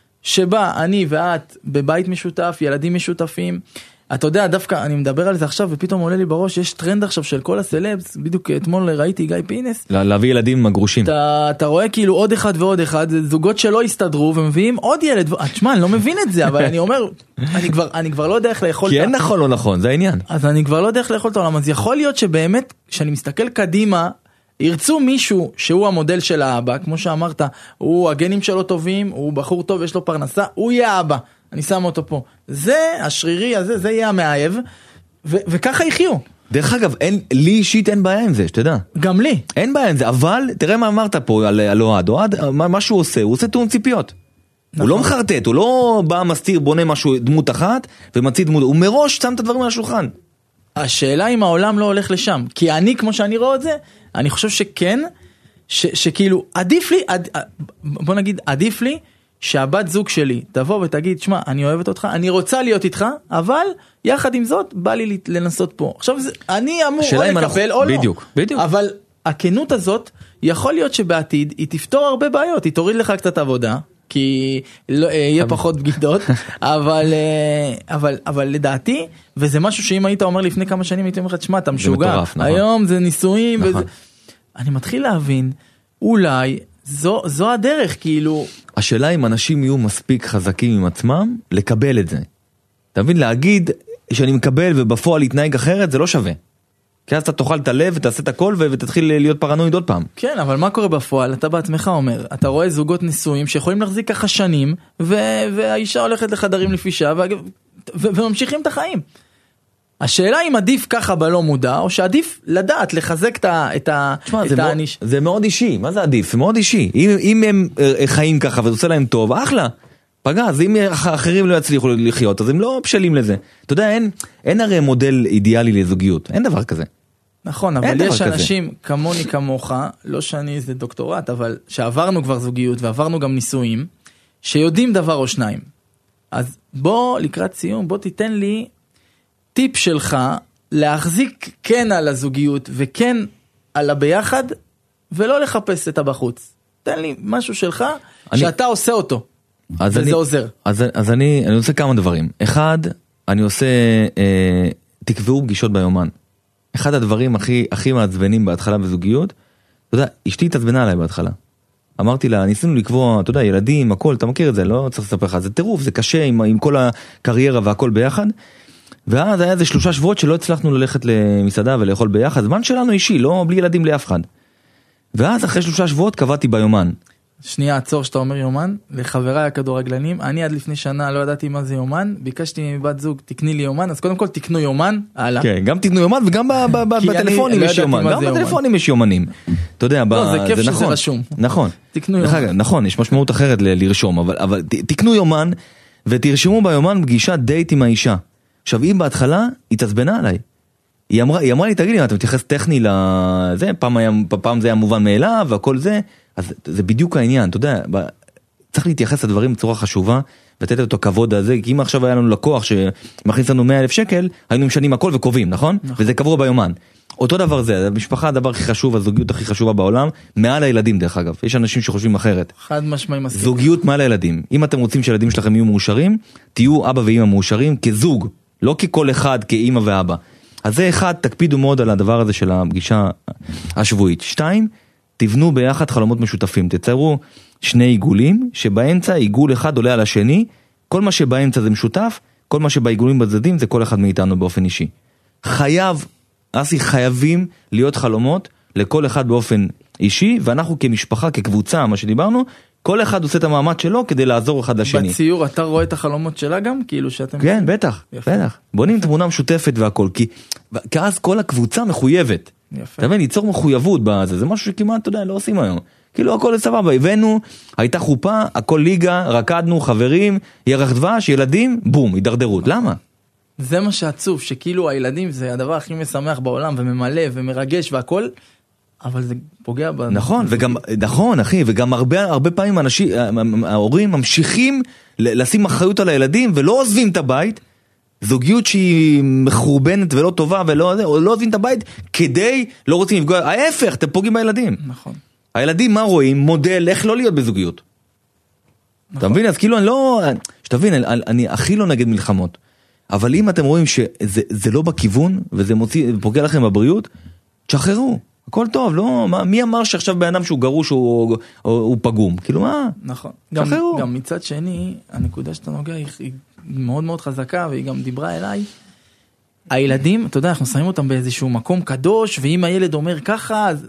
שבה אני ואת בבית משותף, ילדים משותפים, אתה יודע, דווקא אני מדבר על זה עכשיו, ופתאום עולה לי בראש, יש טרנד עכשיו של כל הסלבס, בדיוק אתמול ראיתי גיא פינס. להביא ילדים מגרושים. אתה, אתה רואה כאילו עוד אחד ועוד אחד, זוגות שלא הסתדרו, ומביאים עוד ילד, תשמע, אני לא מבין את זה, אבל אני אומר, אני כבר, אני כבר לא יודע איך לאכול... כי אין נכון לא נכון, זה העניין. אז אני כבר לא יודע איך לאכול את העולם, אז יכול להיות שבאמת, כשאני מסתכל קדימה, ירצו מישהו שהוא המודל של האבא, כמו שאמרת, הוא, הגנים שלו טובים, הוא בחור טוב, יש לו פרנסה, הוא יהיה האבא. אני שם אותו פה. זה, השרירי הזה, זה יהיה המאהב, ו- וככה יחיו. דרך אגב, אין, לי אישית אין בעיה עם זה, שתדע. גם לי. אין בעיה עם זה, אבל תראה מה אמרת פה על, על אוהד. אוהד, מה, מה שהוא עושה, הוא עושה תאום ציפיות. נכון. הוא לא מחרטט, הוא לא בא מסתיר, בונה משהו, דמות אחת, ומציא דמות, הוא מראש שם את הדברים על השולחן. השאלה אם העולם לא הולך לשם, כי אני, כמו שאני רואה את זה, אני חושב שכן, ש- שכאילו, עדיף לי, עד, בוא נגיד, עדיף לי, שהבת זוג שלי תבוא ותגיד, שמה, אני אוהבת אותך, אני רוצה להיות איתך, אבל יחד עם זאת, בא לי לנסות פה. עכשיו, זה, אני אמור או לקבל אנחנו... או לא. בדיוק, בדיוק. אבל הכנות הזאת, יכול להיות שבעתיד, היא תפתור הרבה בעיות, היא תוריד לך קצת עבודה, כי לא, יהיה פחות בגידות, אבל, אבל, אבל לדעתי, וזה משהו שאם היית אומר לפני כמה שנים, הייתי אומר לך, שמה, אתה משוגע, מטורף, נכון. היום זה נישואים, נכון. וזה... אני מתחיל להבין, אולי, זו, זו הדרך, כאילו... השאלה אם אנשים יהיו מספיק חזקים עם עצמם, לקבל את זה. אתה מבין, להגיד, שאני מקבל ובפועל להתנהג אחרת, זה לא שווה. כי אז אתה תאכל את הלב ותעשה את הכל ותתחיל להיות פרנואיד עוד פעם. כן, אבל מה קורה בפועל? אתה בעצמך אומר, אתה רואה זוגות נישואים שיכולים להחזיק ככה שנים, והאישה הולכת לחדרים לפגישה, וממשיכים את החיים. השאלה אם עדיף ככה בלא מודע, או שעדיף לדעת, לחזק את העניש. זה מאוד אישי, מה זה עדיף? זה מאוד אישי. אם הם חיים ככה וזה עושה להם טוב, אחלה. פגע, אז אם אחרים לא יצליחו לחיות, אז הם לא בשלים לזה. אתה יודע, אין, אין הרי מודל אידיאלי לזוגיות. אין דבר כזה. נכון, אבל יש אנשים כמוני כמוך, לא שאני איזה דוקטורט, אבל שעברנו כבר זוגיות ועברנו גם נישואים, שיודעים דבר או שניים. אז בוא, לקראת סיום, בוא תיתן לי טיפ שלך להחזיק כן על הזוגיות וכן על הביחד, ולא לחפש את הבחוץ. תן לי משהו שלך אני... שאתה עושה אותו. אז וזה אני, עוזר. אז, אז אני, אני עושה כמה דברים. אחד, אני עושה, אה, תקבעו פגישות ביומן. אחד הדברים הכי, הכי מעצבנים בהתחלה בזוגיות, אתה יודע, אשתי התעצבנה עליי בהתחלה. אמרתי לה, ניסינו לקבוע, אתה יודע, ילדים, הכל, אתה מכיר את זה, לא צריך לספר לך, זה טירוף, זה קשה עם, עם כל הקריירה והכל ביחד. ואז היה איזה שלושה שבועות שלא הצלחנו ללכת למסעדה ולאכול ביחד, זמן שלנו אישי, לא בלי ילדים לאף אחד. ואז אחרי שלושה שבועות קבעתי ביומן. שנייה, עצור שאתה אומר יומן, לחבריי הכדורגלנים, אני עד לפני שנה לא ידעתי מה זה יומן, ביקשתי מבת זוג, תקני לי יומן, אז קודם כל תקנו יומן, הלאה. כן, גם תקנו יומן וגם בטלפונים יש יומן, גם בטלפונים יש יומנים. אתה יודע, לא, זה כיף שזה רשום. נכון. תקנו יומן. נכון, יש משמעות אחרת לרשום, אבל תקנו יומן, ותרשמו ביומן פגישת דייט עם האישה. עכשיו, היא בהתחלה התעצבנה עליי. היא אמרה, היא אמרה לי, תגיד לי, אתה מתייחס טכני לזה, פעם, היה, פעם זה היה מובן מאליו, והכל זה, אז זה בדיוק העניין, אתה יודע, צריך להתייחס לדברים בצורה חשובה, ולתת אותו כבוד הזה, כי אם עכשיו היה לנו לקוח שמכניס לנו מאה אלף שקל, היינו משנים הכל וקובעים, נכון? נכון. וזה קבוע ביומן. אותו דבר זה, המשפחה הדבר הכי חשוב, הזוגיות הכי חשובה בעולם, מעל הילדים דרך אגב, יש אנשים שחושבים אחרת. חד משמעי מסכים. זוגיות מעל הילדים, אם אתם רוצים שהילדים שלכם יהיו מאושרים, תהיו אבא ואמא מאושרים כזוג, לא ככל אחד, כאמא ואבא. אז זה אחד, תקפידו מאוד על הדבר הזה של הפגישה השבועית. שתיים, תבנו ביחד חלומות משותפים. תציירו שני עיגולים, שבאמצע עיגול אחד עולה על השני, כל מה שבאמצע זה משותף, כל מה שבעיגולים בצדדים זה כל אחד מאיתנו באופן אישי. חייב, אסי, חייבים להיות חלומות לכל אחד באופן אישי, ואנחנו כמשפחה, כקבוצה, מה שדיברנו, כל אחד עושה את המאמץ שלו כדי לעזור אחד לשני. בציור אתה רואה את החלומות שלה גם? כאילו שאתם... כן, בטח, בטח. בונים תמונה משותפת והכל, כי אז כל הקבוצה מחויבת. יפה. אתה מבין, ליצור מחויבות בזה, זה משהו שכמעט, אתה יודע, לא עושים היום. כאילו הכל סבבה, הבאנו, הייתה חופה, הכל ליגה, רקדנו, חברים, ירח דבש, ילדים, בום, הידרדרות. למה? זה מה שעצוב, שכאילו הילדים זה הדבר הכי משמח בעולם, וממלא ומרגש והכל, אבל זה פוגע ב... נכון, וגם, נכון, אחי, וגם הרבה, הרבה פעמים אנשים, ההורים ממשיכים לשים אחריות על הילדים, ולא עוזבים את הבית, זוגיות שהיא מחורבנת ולא טובה, ולא, או לא עוזבים את הבית, כדי, לא רוצים לפגוע, ההפך, אתם פוגעים בילדים. נכון. הילדים מה רואים? מודל איך לא להיות בזוגיות. נכון. אתה מבין? אז כאילו אני לא, שתבין, אני, אני הכי לא נגד מלחמות, אבל אם אתם רואים שזה זה לא בכיוון, וזה מוציא, פוגע לכם בבריאות, תשחררו. הכל טוב, לא, מה, מי אמר שעכשיו באדם שהוא גרוש הוא, הוא, הוא פגום? כאילו מה? נכון. גם, גם מצד שני, הנקודה שאתה נוגע היא, היא מאוד מאוד חזקה, והיא גם דיברה אליי. הילדים, אתה יודע, אנחנו שמים אותם באיזשהו מקום קדוש, ואם הילד אומר ככה, אז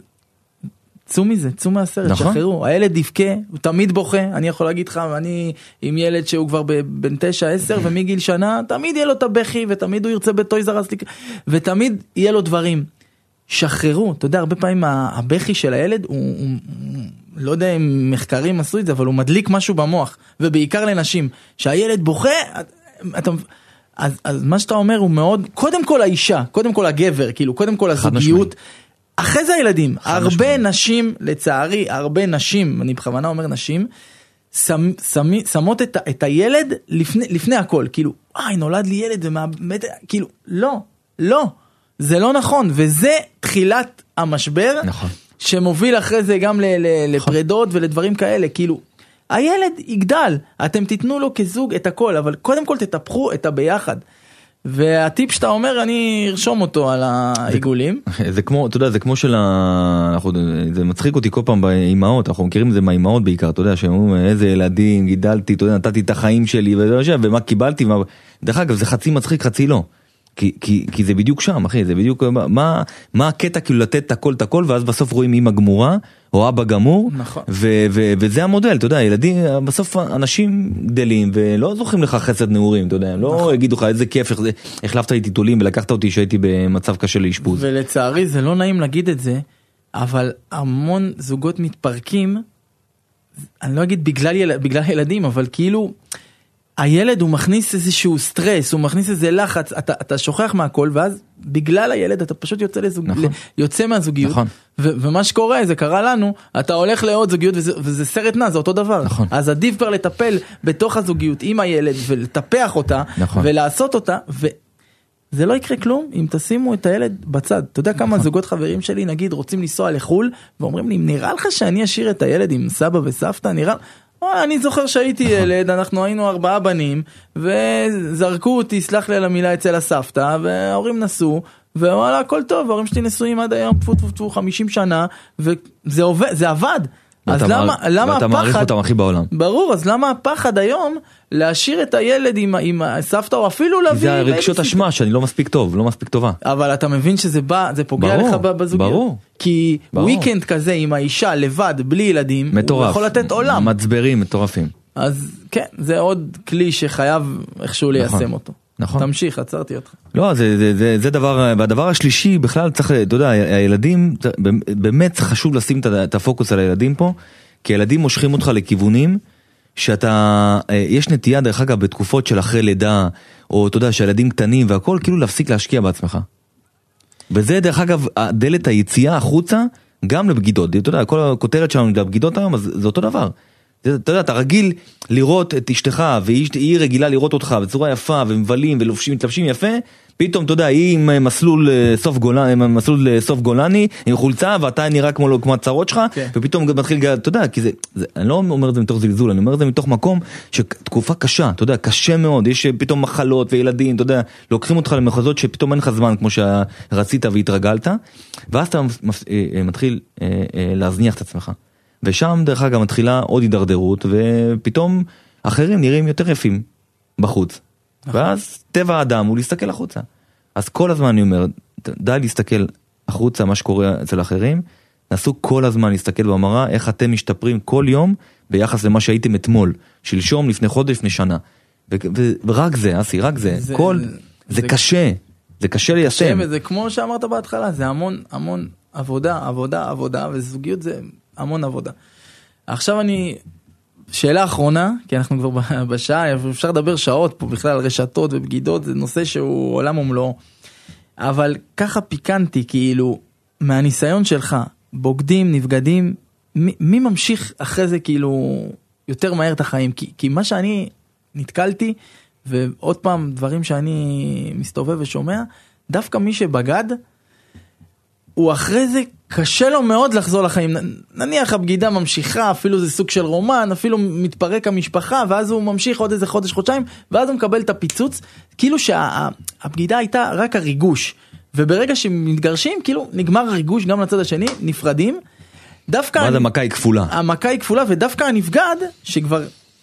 צאו מזה, צאו מהסרט, נכון? שחררו. הילד יבכה, הוא תמיד בוכה, אני יכול להגיד לך, אני עם ילד שהוא כבר בין תשע, עשר, ומגיל שנה, תמיד יהיה לו את הבכי, ותמיד הוא ירצה בטויז אר אס, ותמיד יהיה לו דברים. שחררו, אתה יודע, הרבה פעמים הבכי של הילד, הוא, הוא, הוא, לא יודע אם מחקרים עשו את זה, אבל הוא מדליק משהו במוח, ובעיקר לנשים, שהילד בוכה, אתה, אז, אז מה שאתה אומר הוא מאוד, קודם כל האישה, קודם כל הגבר, כאילו, קודם כל הזוגיות, אחרי זה הילדים, הרבה משמעי. נשים, לצערי, הרבה נשים, אני בכוונה אומר נשים, שמ, שמ, שמות את, את הילד לפני, לפני הכל, כאילו, אה, נולד לי ילד, ומאבד, כאילו, לא, לא. זה לא נכון, וזה תחילת המשבר, נכון. שמוביל אחרי זה גם ל- ל- נכון. לפרדות ולדברים כאלה, כאילו, הילד יגדל, אתם תיתנו לו כזוג את הכל, אבל קודם כל תטפחו את הביחד, והטיפ שאתה אומר, אני ארשום אותו על העיגולים. זה, זה כמו, אתה יודע, זה כמו של ה... אנחנו, זה מצחיק אותי כל פעם באימהות, אנחנו מכירים את זה מהאימהות בעיקר, אתה יודע, שאומרים, איזה ילדים, גידלתי, אתה יודע, נתתי את החיים שלי, ומה קיבלתי, ומה... דרך אגב, זה חצי מצחיק, חצי לא. כי, כי, כי זה בדיוק שם, אחי, זה בדיוק, מה, מה הקטע כאילו לתת את הכל, את הכל, ואז בסוף רואים אמא גמורה, או אבא גמור, נכון. ו, ו, וזה המודל, אתה יודע, ילדים, בסוף אנשים גדלים, ולא זוכים לך חסד נעורים, אתה יודע, הם לא נכון. יגידו לך איזה כיף, החלפת לי טיטולים, ולקחת אותי שהייתי במצב קשה לאשפוז. ולצערי, זה לא נעים להגיד את זה, אבל המון זוגות מתפרקים, אני לא אגיד בגלל, יל... בגלל ילדים, אבל כאילו, הילד הוא מכניס איזשהו סטרס, הוא מכניס איזה לחץ, אתה, אתה שוכח מהכל, ואז בגלל הילד אתה פשוט יוצא, לזוג... נכון. יוצא מהזוגיות, נכון. ו... ומה שקורה, זה קרה לנו, אתה הולך לעוד זוגיות, וזה, וזה סרט נע, זה אותו דבר. נכון. אז עדיף כבר לטפל בתוך הזוגיות עם הילד, ולטפח אותה, נכון. ולעשות אותה, ו... זה לא יקרה כלום אם תשימו את הילד בצד. אתה יודע כמה זוגות חברים שלי, נגיד, רוצים לנסוע לחול, ואומרים לי, נראה לך שאני אשאיר את הילד עם סבא וסבתא? נראה... אני זוכר שהייתי ילד, אנחנו היינו ארבעה בנים, וזרקו אותי, סלח לי על המילה, אצל הסבתא, וההורים נסעו, ווואלה, הכל טוב, ההורים שלי נשואים עד היום, פו פו פו, חמישים שנה, וזה עובד, זה עבד. אז למה, למה ואתה הפחד, מעריך אותם הכי בעולם. ברור, אז למה הפחד היום להשאיר את הילד עם, עם הסבתא, או אפילו להביא... זה הרגשות אשמה שאני לא מספיק טוב, לא מספיק טובה. אבל אתה מבין שזה בא, זה פוגע ברור, לך בזוגיות. ברור. כי ברור. וויקנד כזה עם האישה לבד, בלי ילדים, מטורף. הוא יכול לתת עולם. מצברים מטורפים. אז כן, זה עוד כלי שחייב איכשהו ליישם נכון. אותו. נכון. תמשיך, עצרתי אותך. לא, זה, זה, זה, זה דבר, והדבר השלישי בכלל צריך, אתה יודע, הילדים, באמת חשוב לשים את הפוקוס על הילדים פה, כי ילדים מושכים אותך לכיוונים שאתה, יש נטייה דרך אגב בתקופות של אחרי לידה, או אתה יודע שהילדים קטנים והכל, כאילו להפסיק להשקיע בעצמך. וזה דרך אגב, דלת היציאה החוצה, גם לבגידות. אתה יודע, כל הכותרת שלנו לבגידות היום, אז זה אותו דבר. אתה יודע, אתה רגיל לראות את אשתך, והיא רגילה לראות אותך בצורה יפה, ומבלים ולובשים, מתלבשים יפה, פתאום, אתה יודע, היא עם מסלול סוף גולני, מסלול סוף גולני, עם חולצה, ואתה נראה כמו, כמו הצרות שלך, okay. ופתאום מתחיל, אתה יודע, כי זה, זה, אני לא אומר את זה מתוך זלזול, אני אומר את זה מתוך מקום, שתקופה קשה, אתה יודע, קשה מאוד, יש פתאום מחלות וילדים, אתה יודע, לוקחים אותך למחוזות שפתאום אין לך זמן, כמו שרצית והתרגלת, ואז אתה מתחיל להזניח את עצמך. ושם דרך אגב מתחילה עוד הידרדרות, ופתאום אחרים נראים יותר יפים בחוץ. ואז טבע האדם הוא להסתכל החוצה. אז כל הזמן אני אומר, די להסתכל החוצה מה שקורה אצל אחרים, נסו כל הזמן להסתכל במראה, איך אתם משתפרים כל יום ביחס למה שהייתם אתמול, שלשום, לפני חודש, לפני שנה. ורק זה, אסי, רק זה. זה, כל, זה, זה, זה קשה, זה קשה ליישם. וזה כמו שאמרת בהתחלה, זה המון, המון עבודה, עבודה, עבודה, וזוגיות זה המון עבודה. עכשיו אני... שאלה אחרונה, כי אנחנו כבר בשעה, אפשר לדבר שעות פה בכלל על רשתות ובגידות, זה נושא שהוא עולם ומלואו. אבל ככה פיקנתי, כאילו, מהניסיון שלך, בוגדים, נבגדים, מי, מי ממשיך אחרי זה כאילו יותר מהר את החיים? כי, כי מה שאני נתקלתי, ועוד פעם דברים שאני מסתובב ושומע, דווקא מי שבגד, הוא אחרי זה קשה לו מאוד לחזור לחיים. נניח הבגידה ממשיכה, אפילו זה סוג של רומן, אפילו מתפרק המשפחה, ואז הוא ממשיך עוד איזה חודש, חודשיים, ואז הוא מקבל את הפיצוץ, כאילו שהבגידה הייתה רק הריגוש, וברגע שמתגרשים, כאילו נגמר הריגוש גם לצד השני, נפרדים, דווקא... מה זה המכה היא כפולה? המכה היא כפולה, ודווקא הנבגד, שכבר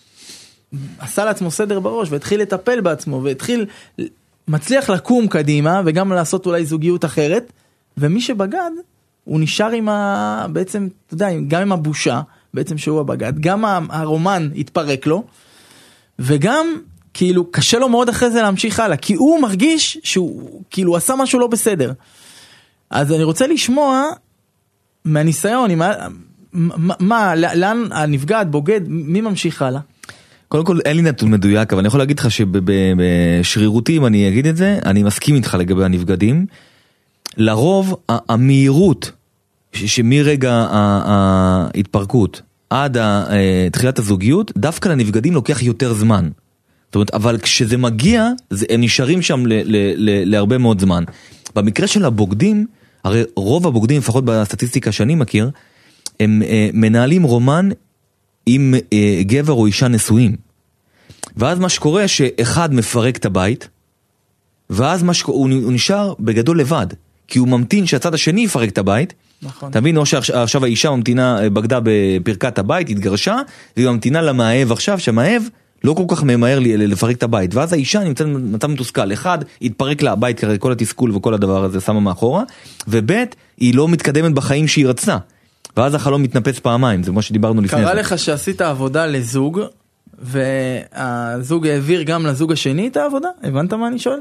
עשה לעצמו סדר בראש, והתחיל לטפל בעצמו, והתחיל, מצליח לקום קדימה, וגם לעשות אולי זוגיות אחרת, ומי שבגד, הוא נשאר עם ה... בעצם, אתה יודע, גם עם הבושה, בעצם שהוא הבגד, גם הרומן התפרק לו, וגם, כאילו, קשה לו מאוד אחרי זה להמשיך הלאה, כי הוא מרגיש שהוא, כאילו, עשה משהו לא בסדר. אז אני רוצה לשמוע, מהניסיון, עם ה... מה, מה, לאן הנפגד, בוגד, מי ממשיך הלאה? קודם כל, אין לי נתון מדויק, אבל אני יכול להגיד לך שבשרירותי, אם אני אגיד את זה, אני מסכים איתך לגבי הנפגדים, לרוב המהירות שמרגע ההתפרקות עד תחילת הזוגיות, דווקא לנבגדים לוקח יותר זמן. זאת אומרת, אבל כשזה מגיע, הם נשארים שם להרבה מאוד זמן. במקרה של הבוגדים, הרי רוב הבוגדים, לפחות בסטטיסטיקה שאני מכיר, הם מנהלים רומן עם גבר או אישה נשואים. ואז מה שקורה שאחד מפרק את הבית, ואז הוא נשאר בגדול לבד. כי הוא ממתין שהצד השני יפרק את הבית, נכון. תבין, או שעכשיו האישה ממתינה, בגדה בפרקת הבית, התגרשה, והיא ממתינה למאהב עכשיו, שהמאהב לא כל כך ממהר לי לפרק את הבית, ואז האישה נמצאת במצב מתוסכל, אחד, התפרק לה הבית, כרגע כל התסכול וכל הדבר הזה שמה מאחורה, ובית, היא לא מתקדמת בחיים שהיא רצתה, ואז החלום מתנפץ פעמיים, זה מה שדיברנו לפני זה. קרה לך שעשית עבודה לזוג, והזוג העביר גם לזוג השני את העבודה? הבנת מה אני שואל?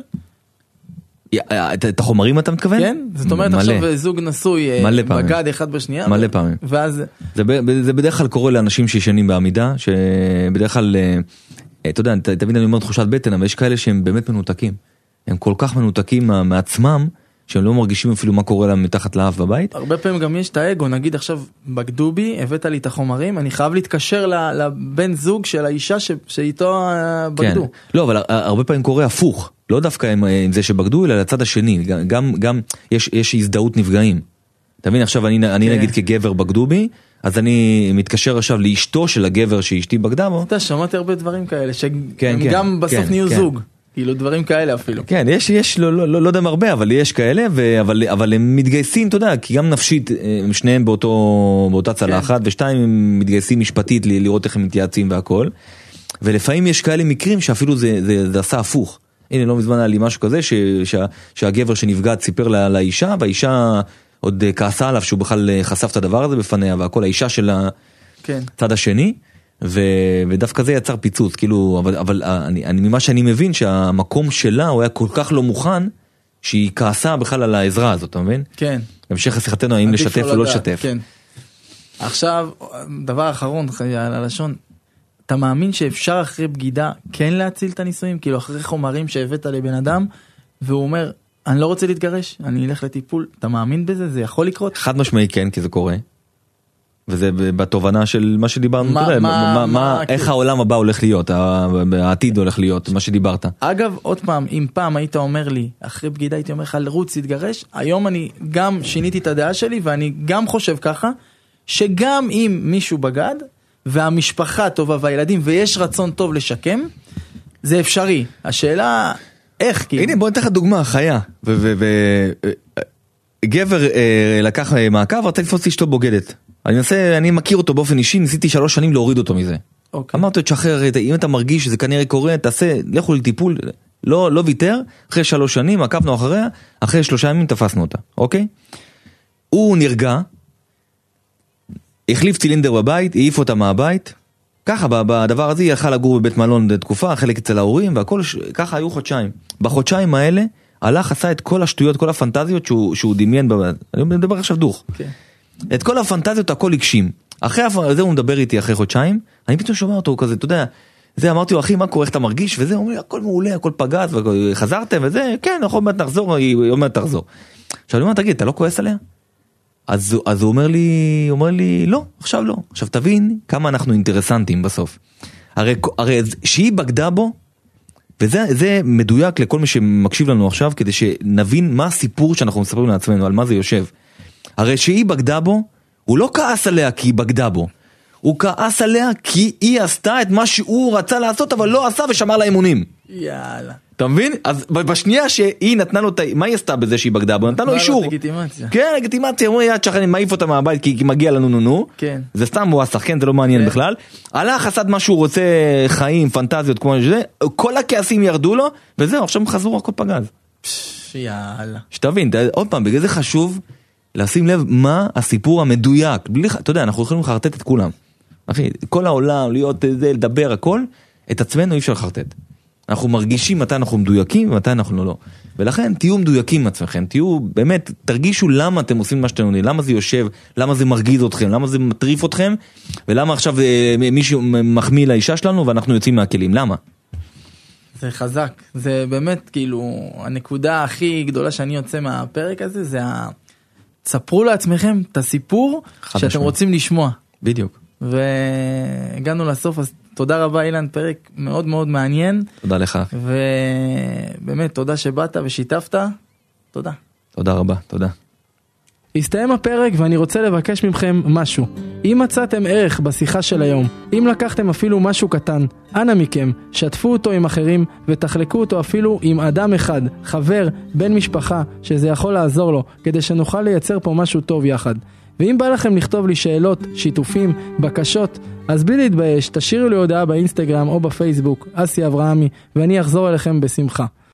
את החומרים אתה מתכוון? כן, זאת אומרת עכשיו זוג נשוי בגד אחד בשנייה. מלא פעמים. ואז... זה בדרך כלל קורה לאנשים שישנים בעמידה, שבדרך כלל, אתה יודע, תמיד אני אומר תחושת בטן, אבל יש כאלה שהם באמת מנותקים. הם כל כך מנותקים מעצמם, שהם לא מרגישים אפילו מה קורה להם מתחת לאף בבית. הרבה פעמים גם יש את האגו, נגיד עכשיו בגדו בי, הבאת לי את החומרים, אני חייב להתקשר לבן זוג של האישה שאיתו בגדו. לא, אבל הרבה פעמים קורה הפוך. לא דווקא עם, עם זה שבגדו, אלא לצד השני, גם, גם יש, יש הזדהות נפגעים. אתה מבין, עכשיו אני, אני נגיד כגבר בגדו בי, אז אני מתקשר עכשיו לאשתו של הגבר שאשתי בגדה בו. אתה שמעתי הרבה דברים כאלה, שהם גם בסוף נהיו זוג. כאילו דברים כאלה אפילו. כן, יש, יש, לא, לא, לא, לא יודע הרבה, אבל יש כאלה, ו, אבל, אבל הם מתגייסים, אתה יודע, כי גם נפשית, הם שניהם באותו, באותה צלחת, ושתיים הם מתגייסים משפטית לראות איך הם מתייעצים והכל. ולפעמים יש כאלה מקרים שאפילו זה, זה, זה עשה הפוך. הנה, לא מזמן היה לי משהו כזה, ש, שה, שהגבר שנפגע סיפר לה, לאישה, והאישה עוד כעסה עליו שהוא בכלל חשף את הדבר הזה בפניה, והכל האישה של הצד השני, ו, ודווקא זה יצר פיצוץ, כאילו, אבל, אבל אני, אני, ממה שאני מבין שהמקום שלה הוא היה כל כך לא מוכן, שהיא כעסה בכלל על העזרה הזאת, אתה מבין? כן. המשך השיחתנו, האם לשתף או לא לשתף. כן. עכשיו, דבר אחרון, על הלשון, אתה מאמין שאפשר אחרי בגידה כן להציל את הנישואים? כאילו אחרי חומרים שהבאת לבן אדם, והוא אומר, אני לא רוצה להתגרש, אני אלך לטיפול. אתה מאמין בזה? זה יכול לקרות? חד משמעי כן, כי זה קורה. וזה בתובנה של מה שדיברנו. מה, תראה, מה, מה, מה, מה, איך העולם הבא הולך להיות, העתיד הולך להיות, מה שדיברת. אגב, עוד פעם, אם פעם היית אומר לי, אחרי בגידה הייתי אומר לך, לרוץ, להתגרש, היום אני גם שיניתי את הדעה שלי, ואני גם חושב ככה, שגם אם מישהו בגד, והמשפחה טובה והילדים, ויש רצון טוב לשקם, זה אפשרי. השאלה, איך? הנה, בוא נתן לך דוגמה, חיה. גבר לקח מעקב, רצה לתפוס אשתו בוגדת. אני מנסה, אני מכיר אותו באופן אישי, ניסיתי שלוש שנים להוריד אותו מזה. אמרתי, תשחרר, אם אתה מרגיש שזה כנראה קורה, תעשה, לכו לטיפול, לא, לא ויתר, אחרי שלוש שנים, עקבנו אחריה, אחרי שלושה ימים תפסנו אותה, אוקיי? הוא נרגע, החליף צילינדר בבית, העיף אותה מהבית, ככה בדבר הזה היא יכל לגור בבית מלון תקופה, חלק אצל ההורים, והכל, ככה היו חודשיים. בחודשיים האלה, הלך, עשה את כל השטויות, כל הפנטזיות שהוא, שהוא דמיין, אני מדבר עכשיו דוך. Okay. את כל הפנטזיות, הכל הגשים. אחרי זה הוא מדבר איתי אחרי חודשיים, אני פתאום שומע אותו כזה, אתה יודע, זה אמרתי לו, אחי, מה קורה, איך אתה מרגיש? וזה, הוא אומר, הכל מעולה, הכל פגעת, וחזרתם, וזה, כן, אנחנו אומרת נחזור, היא אומרת תחזור. עכשיו אני אומר, תגיד, אתה לא כועס עליה? אז, אז הוא אומר לי, הוא אומר לי, לא, עכשיו לא. עכשיו תבין כמה אנחנו אינטרסנטים בסוף. הרי, הרי שהיא בגדה בו, וזה זה מדויק לכל מי שמקשיב לנו עכשיו, כדי שנבין מה הסיפור שאנחנו מספרים לעצמנו, על מה זה יושב. הרי שהיא בגדה בו, הוא לא כעס עליה כי היא בגדה בו. הוא כעס עליה כי היא עשתה את מה שהוא רצה לעשות, אבל לא עשה ושמר לה אמונים. יאללה. אתה מבין? אז בשנייה שהיא נתנה לו, מה היא עשתה בזה שהיא בגדה בו? נתנה לו אישור. לגיטימציה. כן, לגיטימציה. הוא אומר, יד שכן, מעיף אותה מהבית כי מגיע לנו נו נו. כן. זה סתם הוא עשה, כן, זה לא מעניין בכלל. הלך, עשת מה שהוא רוצה, חיים, פנטזיות, כמו שזה. כל הכעסים ירדו לו, וזהו, עכשיו הם חזרו הכל פגז. יאללה. שתבין, עוד פעם, בגלל זה חשוב לשים לב מה הסיפור המדויק. אתה יודע, אנחנו יכולים לחרטט את כולם. אחי, כל העולם, להיות זה, לדבר, הכל, את עצמנו אי אפשר לחרטט. אנחנו מרגישים מתי אנחנו מדויקים ומתי אנחנו לא. ולכן תהיו מדויקים מעצמכם, תהיו, באמת, תרגישו למה אתם עושים מה שאתם עונים, למה זה יושב, למה זה מרגיז אתכם, למה זה מטריף אתכם, ולמה עכשיו מישהו מחמיא לאישה שלנו ואנחנו יוצאים מהכלים, למה? זה חזק, זה באמת כאילו, הנקודה הכי גדולה שאני יוצא מהפרק הזה, זה ה... תספרו לעצמכם את הסיפור שאתם משמע. רוצים לשמוע. בדיוק. והגענו לסוף, אז תודה רבה אילן, פרק מאוד מאוד מעניין. תודה לך. ובאמת תודה שבאת ושיתפת, תודה. תודה רבה, תודה. הסתיים הפרק ואני רוצה לבקש מכם משהו. אם מצאתם ערך בשיחה של היום, אם לקחתם אפילו משהו קטן, אנא מכם, שתפו אותו עם אחרים ותחלקו אותו אפילו עם אדם אחד, חבר, בן משפחה, שזה יכול לעזור לו, כדי שנוכל לייצר פה משהו טוב יחד. ואם בא לכם לכתוב לי שאלות, שיתופים, בקשות, אז בלי להתבייש, תשאירו לי הודעה באינסטגרם או בפייסבוק, אסי אברהמי, ואני אחזור אליכם בשמחה.